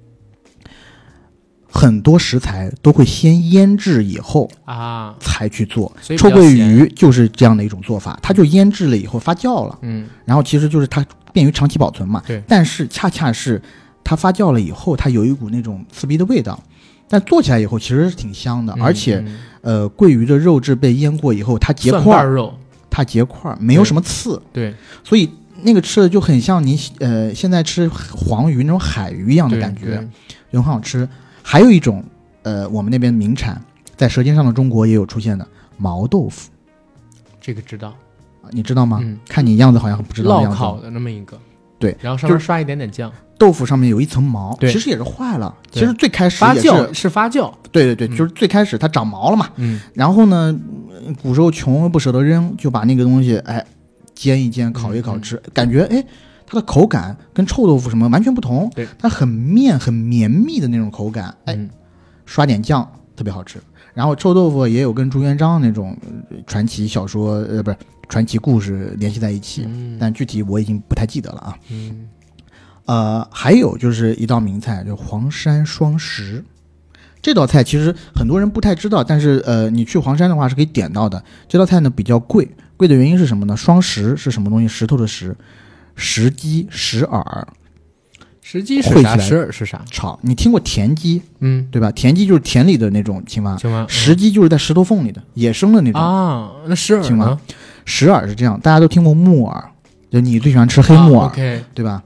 很多食材都会先腌制以后才去做。臭鳜鱼就是这样的一种做法，它就腌制了以后发酵了，然后其实就是它便于长期保存嘛。 对。 但是恰恰是它发酵了以后，它有一股那种刺鼻的味道，但做起来以后其实是挺香的，而且鳜鱼的肉质被腌过以后，它结块肉， 它结块没有什么刺， 对， 所以那个吃的就很像你现在吃黄鱼那种海鱼一样的感觉，就很好吃。还有一种我们那边名产，在《舌尖上的中国》也有出现的毛豆腐， 这个知道， 你知道吗？看你样子好像不知道的样子。 烙烤的那么一个， 对， 然后上面刷一点点酱， 豆腐上面有一层毛， 对其实也是坏了。其实最开始发也酵，发酵， 对对对，就是最开始它长毛了嘛。然后呢，古时候穷不舍得扔，就把那个东西煎一煎，烤一烤吃，感觉它的口感跟臭豆腐什么完全不同， 对， 它很绵密的那种口感，刷点酱特别好吃。然后臭豆腐也有跟朱元璋那种传奇小说不是传奇故事联系在一起，但具体我已经不太记得了啊。还有就是一道名菜，就黄山双食。这道菜其实很多人不太知道，但是你去黄山的话是可以点到的。这道菜呢比较贵，贵的原因是什么呢？双食是什么东西？石头的石，石鸡、石耳。 石鸡是啥？石耳是啥？ 炒。你听过田鸡？对吧？田鸡就是田里的那种青蛙，石鸡就是在石头缝里的野生的那种啊。那石耳青蛙，石耳是这样，大家都听过木耳，就你最喜欢吃黑木耳，对吧？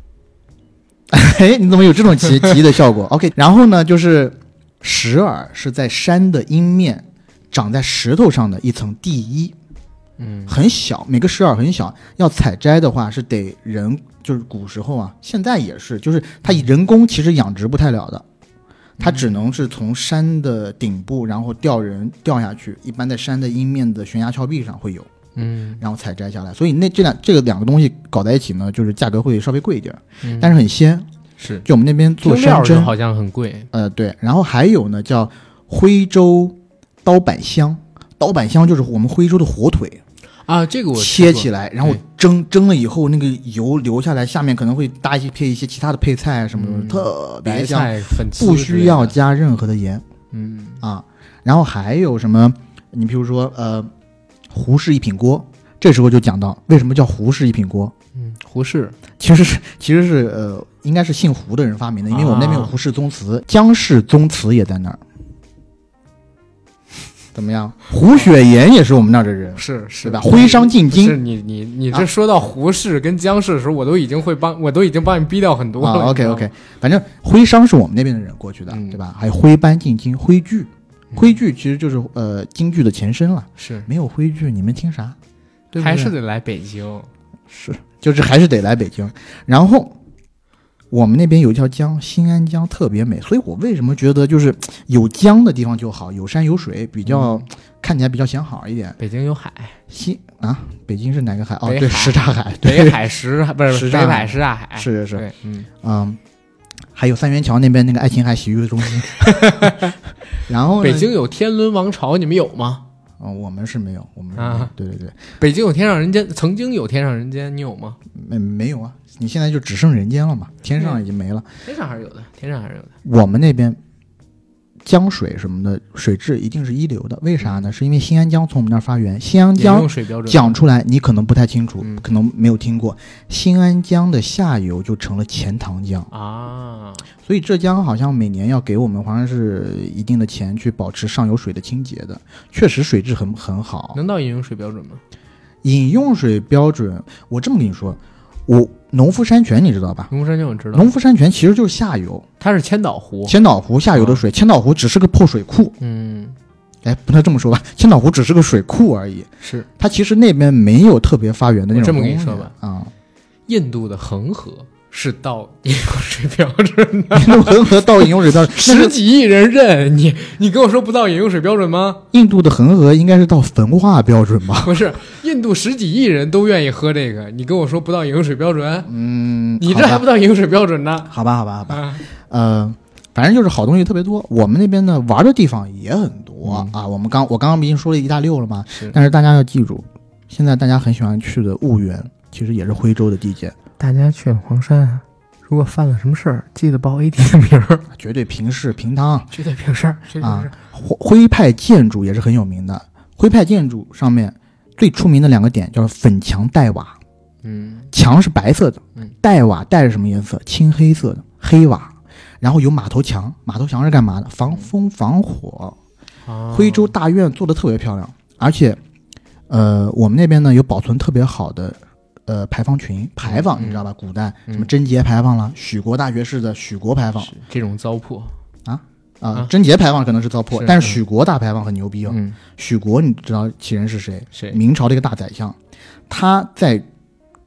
你怎么有这种奇异的效果？OK， 然后呢，就是石耳是在山的阴面长在石头上的一层地衣，很小，每个石耳很小，要采摘的话是得人，就是古时候啊，现在也是，就是它人工其实养殖不太了的，它只能是从山的顶部，然后吊人掉下去，一般在山的阴面的悬崖峭壁上会有，然后采摘下来，所以这个两个东西搞在一起呢，就是价格会稍微贵一点，但是很鲜。 是， 就我们那边做山珍好像很贵， 对。然后还有呢，叫徽州刀板香，刀板香就是我们徽州的火腿啊，这个我切起来，然后蒸了以后，那个油流下来，下面可能会搭配一些其他的配菜什么的，特别香，不需要加任何的盐，然后还有什么？你比如说胡氏一品锅，这时候就讲到为什么叫胡氏一品锅。 胡氏其实是应该是姓胡的人发明的，因为我们那边有胡氏宗祠，姜氏宗祠也在那儿。怎么样？胡雪岩也是我们那儿的人， 是对吧？徽商进京， 是你这说到胡氏跟姜氏的时候，我都已经帮你逼掉很多了。 OK， 反正徽商是我们那边的人过去的，对吧？还有徽班进京，徽剧其实就是京剧的前身了。 是， 没有徽剧，你们听啥？对不对？ 还是得来北京。 是，就是还是得来北京。然后我们那边有一条江，新安江，特别美。所以我为什么觉得就是有江的地方就好，有山有水，比较看起来比较显好一点。 北京有海， 北京是哪个海？哦，对，什刹海， 北海不是北海什刹海， 是，还有三元桥那边那个爱琴海洗浴中心。然后北京有天伦王朝，你们有吗？ 我们是没有，我们对。 北京有天上人间，曾经有天上人间，你有吗？ 没有啊，你现在就只剩人间了嘛，天上已经没了。 天上还是有的，天上还是有的。 我们那边江水什么的水质一定是一流的，为啥呢？是因为新安江从我们那儿发源。新安江讲出来你可能不太清楚，可能没有听过。新安江的下游就成了钱塘江啊，所以浙江好像每年要给我们黄山市一定的钱去保持上游水的清洁的，确实水质很好。 能到饮用水标准吗？ 饮用水标准，我这么跟你说，农夫山泉你知道吧？ 农夫山泉我知道。 农夫山泉其实就是下游， 它是千岛湖下游的水。千岛湖只是个破水库，不能这么说吧？千岛湖只是个水库而已。 是， 它其实那边没有特别发源的那种东西。 这么跟你说吧，印度的恒河是到饮用水标准的， 印度恒河到饮用水标准 ，10几亿人认你跟我说不到饮用水标准吗？ 印度的恒河应该是到焚化标准吧？ 不是，印度10几亿人都愿意喝这个，你跟我说不到饮用水标准？你这还不到饮用水标准呢？ 好吧，反正就是好东西特别多。我们那边呢玩的地方也很多啊。我刚刚不已经说了一大溜了吗？但是大家要记住，现在大家很喜欢去的婺源，其实也是徽州的地界。 大家去黄山，如果犯了什么事儿，记得报 AD 的名儿， 绝对平事平汤， 绝对平事啊。 徽派建筑也是很有名的，徽派建筑上面最出名的2个点叫粉墙带瓦，墙是白色的，带瓦带着什么颜色？青黑色的黑瓦，然后有马头墙，马头墙是干嘛的？防风防火。徽州大院做的特别漂亮，而且我们那边呢有保存特别好的牌坊群，牌坊你知道吧？古代什么贞节牌坊了，许国大学士的许国牌坊， 这种糟粕贞节牌坊可能是糟粕，但是许国大牌坊很牛逼哦。许国你知道其人是谁？明朝的一个大宰相，他在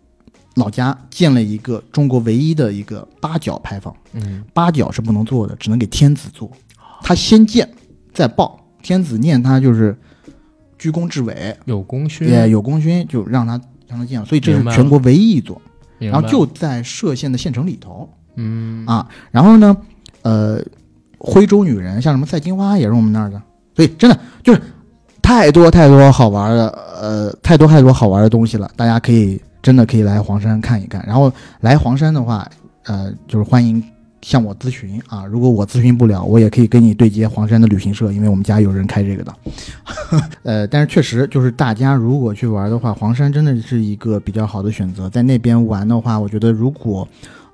老家建了一个中国唯一的一个八角牌坊。八角是不能做的，只能给天子做。他先建再报，天子念他就是居功至伟， 有功勋， 也有功勋，就让他建。所以这是全国唯一一座，然后就在歙县的县城里头。然后呢，徽州女人像什么赛金花也是我们那儿的，所以真的就是太多好玩的，太多好玩的东西了，大家真的可以来黄山看一看。然后来黄山的话，就是欢迎向我咨询啊，如果我咨询不了，我也可以跟你对接黄山的旅行社，因为我们家有人开这个的。但是确实就是大家如果去玩的话，黄山真的是一个比较好的选择。在那边玩的话，我觉得如果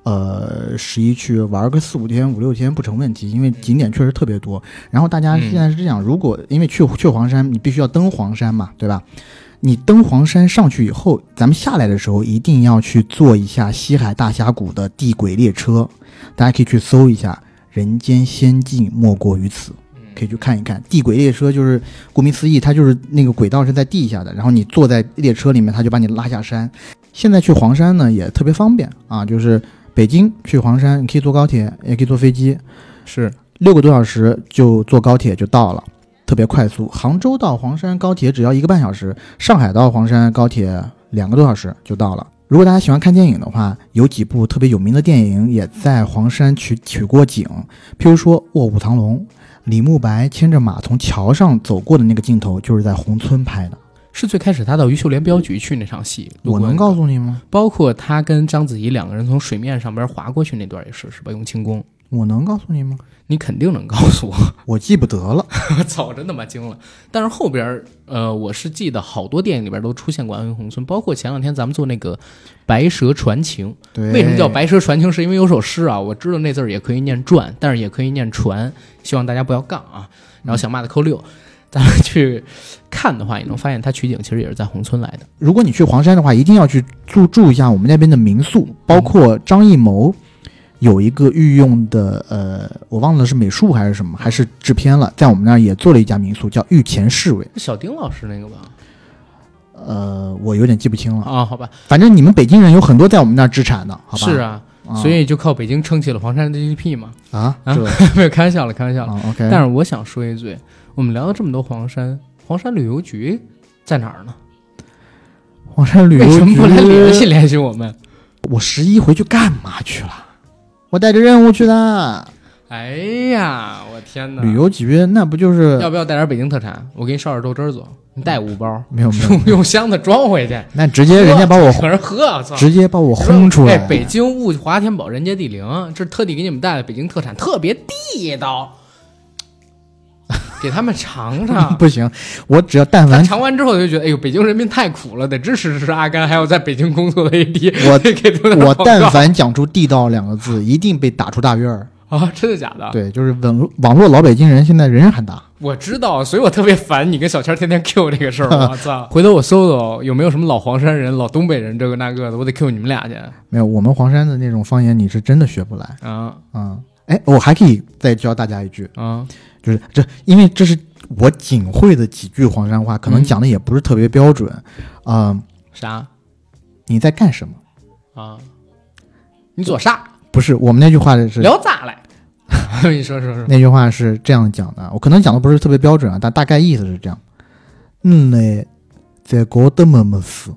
11去玩个4-5天5-6天不成问题，因为景点确实特别多。然后大家现在是这样，如果因为去黄山你必须要登黄山嘛，对吧？你登黄山上去以后，咱们下来的时候一定要去坐一下西海大峡谷的地轨列车，大家可以去搜一下，人间仙境莫过于此，可以去看一看。地轨列车就是顾名思义，它就是那个轨道是在地下的，然后你坐在列车里面，它就把你拉下山。现在去黄山呢也特别方便啊，就是北京去黄山，你可以坐高铁，也可以坐飞机，是6个多小时就坐高铁就到了，特别快速。杭州到黄山高铁只要1个半小时，上海到黄山高铁2个多小时就到了。如果大家喜欢看电影的话，有几部特别有名的电影也在黄山取过景，譬如说《卧虎藏龙》，李慕白牵着马从桥上走过的那个镜头就是在宏村拍的。 是最开始他到余秀莲镖局去那场戏， 我能告诉你吗？ 包括他跟章子怡2个人从水面上边划过去那段也是吧？用轻功， 我能告诉你吗？ 你肯定能告诉我， 我记不得了。 操，真他妈惊了！但是后边我是记得好多电影里边都出现过安徽宏村，包括前2天咱们做那个《白蛇传情》。 对， 为什么叫白蛇传情？是因为有首诗啊，我知道那字儿也可以念传，但是也可以念传，希望大家不要杠啊。然后想骂的扣6。咱们去看的话，也能发现它取景其实也是在宏村来的。 如果你去黄山的话，一定要去住一下我们那边的民宿，包括张艺谋有一个御用的我忘了是美术还是什么，还是制片了，在我们那儿也做了一家民宿，叫御前侍卫。 是小丁老师那个吧？ 我有点记不清了啊。好吧， 反正你们北京人有很多在我们那儿置产的，好吧？ 是啊。所以就靠北京撑起了黄山的 GDP 嘛？没有开玩笑了。 OK。 但是我想说一嘴，我们聊了这么多黄山旅游局在哪儿呢？ 黄山旅游局为什么不来联系我们？ 我11回去干嘛去了？我带着任务去的。 哎呀，我天哪！ 旅游局那不就是要不要带点北京特产？我给你烧点豆汁儿做，你带5包， 没有用箱子装回去。 那直接人家把我喝， 直接把我轰出来。 北京物华天宝人杰地灵，这是特地给你们带的北京特产，特别地道，给他们尝尝。 不行，我只要但凡尝完之后就觉得，哎呦，北京人民太苦了，得支持阿甘，还有在北京工作的 AD。 我但凡讲出地道2个字，一定被打出大院儿。 啊，真的假的？ 对，就是网络老北京人现在人人喊打。 我知道，所以我特别烦你跟小千天天 Q 这个事儿。我操！回头我搜搜有没有什么老黄山人、老东北人这个那个的，我得 Q 你们俩去。 没有，我们黄山的那种方言你是真的学不来啊。 哎，我还可以再教大家一句啊， 就是因为这是我仅会的几句黄山话，可能讲的也不是特别标准啥？ 你在干什么？ 啊？你做啥？ 不是，我们那句话是聊咋来？你说。 那句话是这样讲的，我可能讲的不是特别标准啊，但大概意思是这样。嘞，在搞的么事？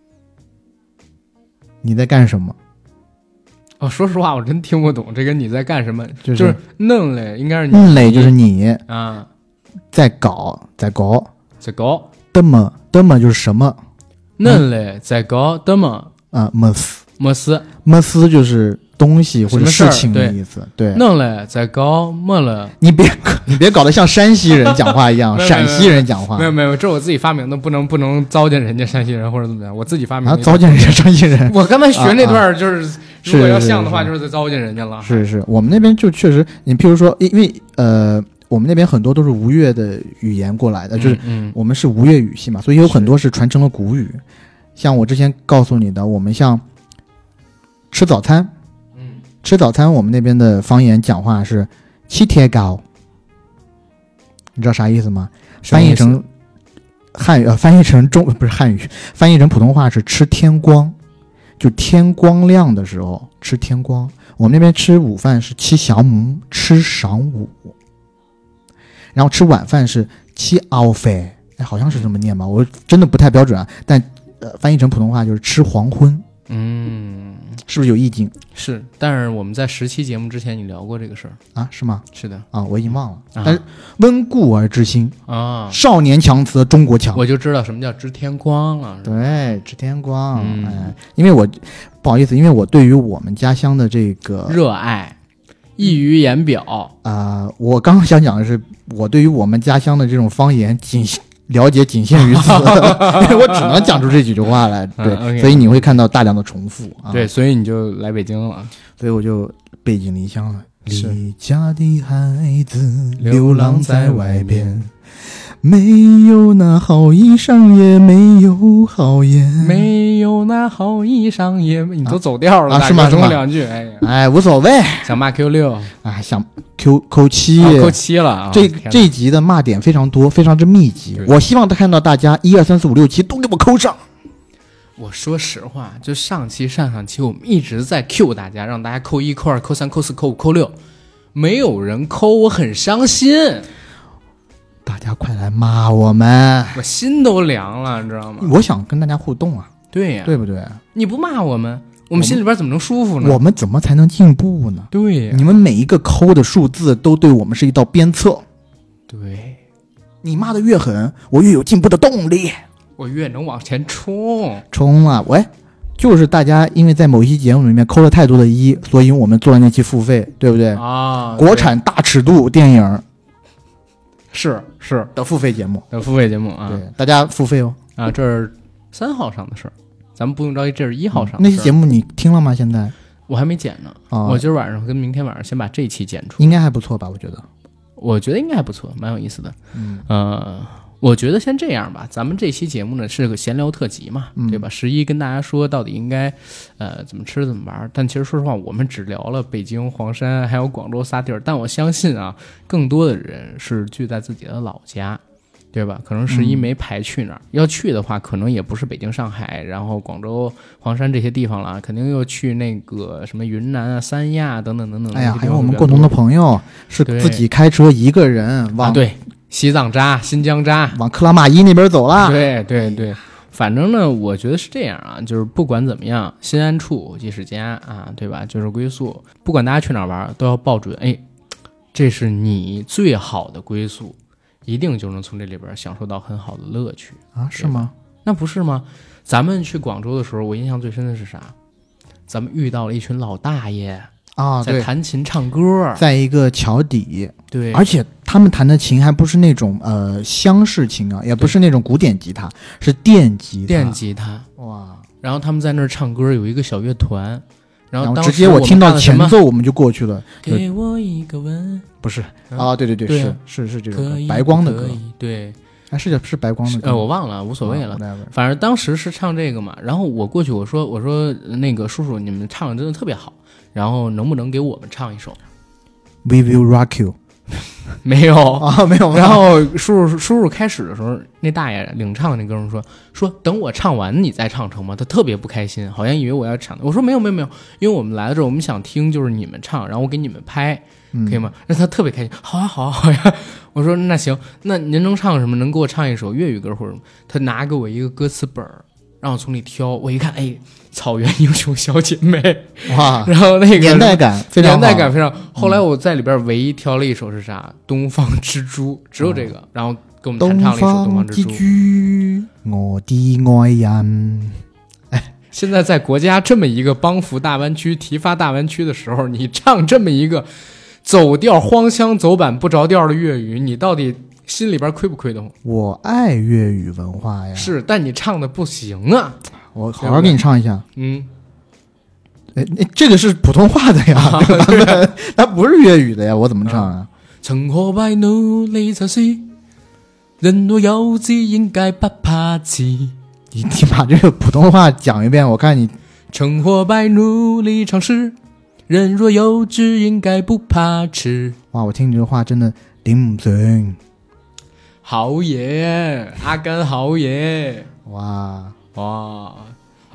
你在干什么？ 哦，说实话，我真听不懂这个你在干什么， 就是弄嘞，应该是你嘞，就是你啊， 在搞的么就是什么？ 弄嘞，在搞的么啊，么事就是东西或者事情的意思。对， 弄嘞，在搞么了？ 你别搞得像山西人讲话一样，陕西人讲话。 没有，这是我自己发明的，不能糟践人家山西人或者怎么样，我自己发明的。 糟践人家山西人？ 我刚才学那段就是，如果要像的话，就是在糟践人家了。 是，我们那边就确实，你譬如说，因为我们那边很多都是吴越的语言过来的，就是我们是吴越语系嘛，所以有很多是传承了古语。像我之前告诉你的，我们像吃早餐，吃早餐我们那边的方言讲话是七铁糕，你知道啥意思吗？翻译成汉语，翻译成不是汉语，翻译成普通话是吃天光。 就天光亮的时候吃天光。我们那边吃午饭是吃晌午，吃晌午，然后吃晚饭是吃熬饭，好像是这么念吧，我真的不太标准啊，但翻译成普通话就是吃黄昏。是不是有意境？ 是，但是我们在10期节目之前你聊过这个事儿啊？是吗？ 是的啊，我已经忘了。但是温故而知新啊， 少年强则中国强， 我就知道什么叫知天光了。 对，知天光。因为我不好意思，因为我对于我们家乡的这个热爱溢于言表我刚刚想讲的是，我对于我们家乡的这种方言了解仅限于此，因为我只能讲出这几句话来。对， okay. 所以你会看到大量的重复对，所以你就来北京了， 所以我就背井离乡了。离家的孩子流浪在外边，没有那好衣裳，也没有好烟， 没有那好衣裳也你都走调了是吗？ 中两句， 无所谓。 想骂 Q6 想扣七， 扣7了。 这一集的骂点非常多，非常之密集。我希望看到大家1、2、3、4、5、6、7都给我扣上。 我说实话，就上期我们一直在 Q 大家，让大家扣1、扣2、扣3、扣4、扣5、扣6，没有人扣，我很伤心。 大家快来骂我们， 我心都凉了，你知道吗？ 我想跟大家互动啊， 对呀， 对不对？ 你不骂我们心里边怎么能舒服呢？ 我们怎么才能进步呢？ 对呀， 你们每一个扣的数字都对我们是一道鞭策。 对， 你骂的越狠，我越有进步的动力， 我越能往前冲啊！喂，就是大家因为在某一期节目里面扣了太多的1，所以我们做了那期付费，对不对啊？ 国产大尺度电影是的付费节目啊， 对，大家付费哦啊！这是3号上的事儿，咱们不用着急，这是1号上的事儿。 那期节目你听了吗？现在我还没剪呢，我今儿晚上跟明天晚上先把这期剪出， 应该还不错吧？ 我觉得应该还不错，蛮有意思的。我觉得先这样吧，咱们这期节目呢是个闲聊特辑嘛，对吧？11跟大家说到底应该怎么吃怎么玩，但其实说实话，我们只聊了北京、黄山还有广州仨地儿，但我相信啊，更多的人是聚在自己的老家，对吧？可能11没排去那儿，要去的话，可能也不是北京、上海，然后广州、黄山这些地方了，肯定又去那个什么云南啊、三亚等等等等。 哎呀，还有我们共同的朋友是自己开车一个人往对。西藏扎、新疆扎， 往克拉玛依那边走了。 对，反正呢，我觉得是这样啊，就是不管怎么样，心安处即是家啊，对吧？就是归宿。不管大家去哪儿玩，都要抱准，这是你最好的归宿，一定就能从这里边享受到很好的乐趣啊？是吗？ 那不是吗？咱们去广州的时候，我印象最深的是啥？咱们遇到了一群老大爷。在弹琴唱歌， 在一个桥底， 对， 而且他们弹的琴还不是那种厢式琴啊，也不是那种古典吉他，是电吉他， 哇！ 然后他们在那儿唱歌，有一个小乐团，然后直接我听到前奏我们就过去了， 给我一个吻， 不是啊？对，是这种白光的歌， 对， 是白光的歌， 我忘了，无所谓了，反正当时是唱这个嘛，然后我过去我说那个叔叔，你们唱的真的特别好。然后能不能给我们唱一首 We Will Rock You？ 没有啊，没有。 然后叔叔开始的时候，那大爷领唱那哥们说等我唱完你再唱成吗？他特别不开心，好像以为我要唱。我说没有，因为我们来的时候我们想听就是你们唱，然后我给你们拍，可以吗？让他特别开心。好呀。我说那行，那您能唱什么？能给我唱一首粤语歌或者什么？他拿给我一个歌词本让我从里挑，我一看，草原英雄小姐妹， 哇！ 然后那个年代感非常好。 后来我在里边唯一挑了一首是啥？东方之珠，只有这个，然后给我们弹唱了一首东方之珠。 我的爱人。 现在在国家这么一个帮扶大湾区、提发大湾区的时候，你唱这么一个走调、荒腔走板、不着调的粤语，你到底心里边亏不亏得慌？ 我爱粤语文化呀， 是，但你唱的不行啊！ 我好好给你唱一下。这个是普通话的呀，它不是粤语的呀，我怎么唱啊？ 曾何败怒你就是人若有志应该不怕迟。 你把这个普通话讲一遍，我看你。 趁火白努力尝试，人若有志应该不怕迟。 哇，我听你这话真的顶唔顺。 好嘢，阿根好嘢。 哇， 好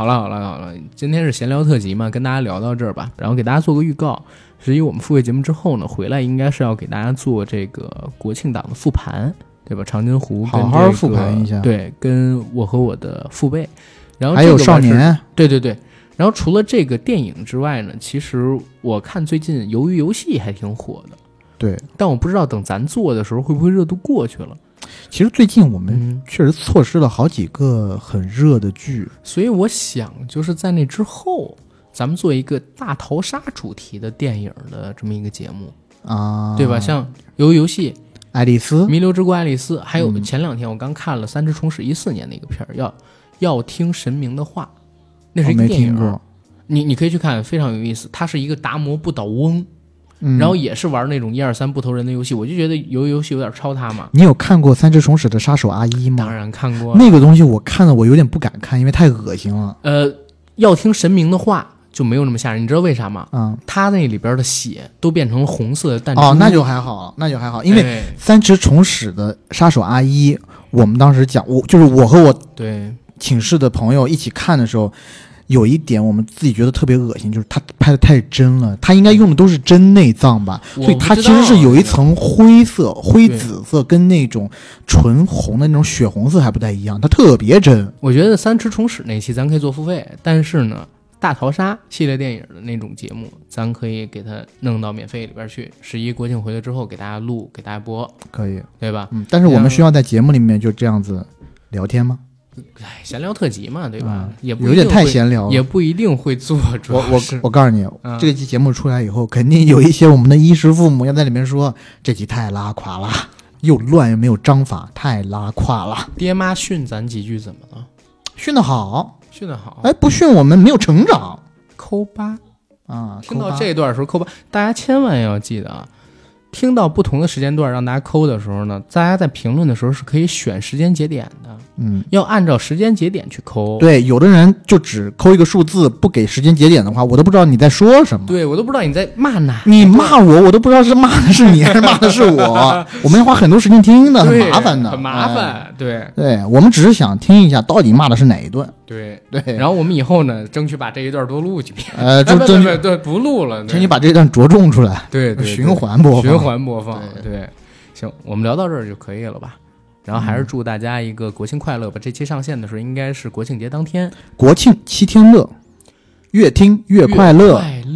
好了，今天是闲聊特辑嘛，跟大家聊到这儿吧。然后给大家做个预告，实际我们付费节目之后呢，回来应该是要给大家做这个国庆档的复盘，对吧？长津湖、好好复盘一下， 对，跟我和我的父辈，然后还有少年， 对。然后除了这个电影之外呢，其实我看最近鱿鱼游戏还挺火的， 对， 但我不知道等咱做的时候会不会热度过去了。 其实最近我们确实错失了好几个很热的剧， 所以我想就是在那之后，咱们做一个大逃杀主题的电影的这么一个节目啊， 对吧？像鱿鱼游戏、 爱丽丝、 弥留之国爱丽丝，还有前2天我刚看了三只虫史14年的一个片儿，要听神明的话，那是一个电影， 没听过。 你可以去看，非常有意思。它是一个达摩不倒翁。然后也是玩那种1、2、3不投人的游戏，我就觉得鱿鱼游戏有点抄它嘛。 你有看过《三只虫史的杀手阿一》吗？ 当然看过。 那个东西我看了，我有点不敢看，因为太恶心了。 要听神明的话就没有那么吓人，你知道为啥吗？它那里边的血都变成了红色的弹珠。 那就还好，因为《三只虫史的杀手阿一》，我们当时讲，我和我对寝室的朋友一起看的时候。有一点我们自己觉得特别恶心，就是他拍的太真了，他应该用的都是真内脏吧，所以他其实是有一层灰紫色，跟那种纯红的那种血红色还不太一样，它特别真。 我觉得三只虫史那期咱可以做付费，但是呢，大逃杀系列电影的那种节目，咱可以给它弄到免费里边去。11国庆回来之后给大家录，给大家播， 可以， 对吧？ 但是我们需要在节目里面就这样子聊天吗？ 闲聊特辑嘛，对吧？也不有点太闲聊了， 也不一定会做。 我告诉你，这期节目出来以后，肯定有一些我们的衣食父母要在里面说这集太拉垮了，又乱又没有章法，太拉胯了。 爹妈训咱几句怎么了？ 训得好， 训得好。 不训我们没有成长。 扣8 啊！ 听到这段的时候扣8，大家千万要记得啊！听到不同的时间段让大家扣的时候呢，大家在评论的时候是可以选时间节点的。要按照时间节点去扣。 对，有的人就只扣一个数字，不给时间节点的话，我都不知道你在说什么。 对，我都不知道你在骂哪。 你骂我都不知道是骂的是你还是骂的是我。我们要花很多时间听的，很麻烦的， 很麻烦。对， 我们只是想听一下到底骂的是哪一段。 对。然后我们以后呢，争取把这一段多录几遍。对，不录了， 请你把这段着重出来。 对， 循环播放。对，行，我们聊到这儿就可以了吧？然后还是祝大家一个国庆快乐吧！这期上线的时候应该是国庆节当天， 国庆7天乐，越听越快乐。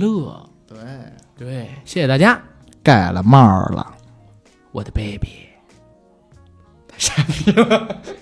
对，谢谢大家。 盖了帽了， 我的 baby，太傻逼了。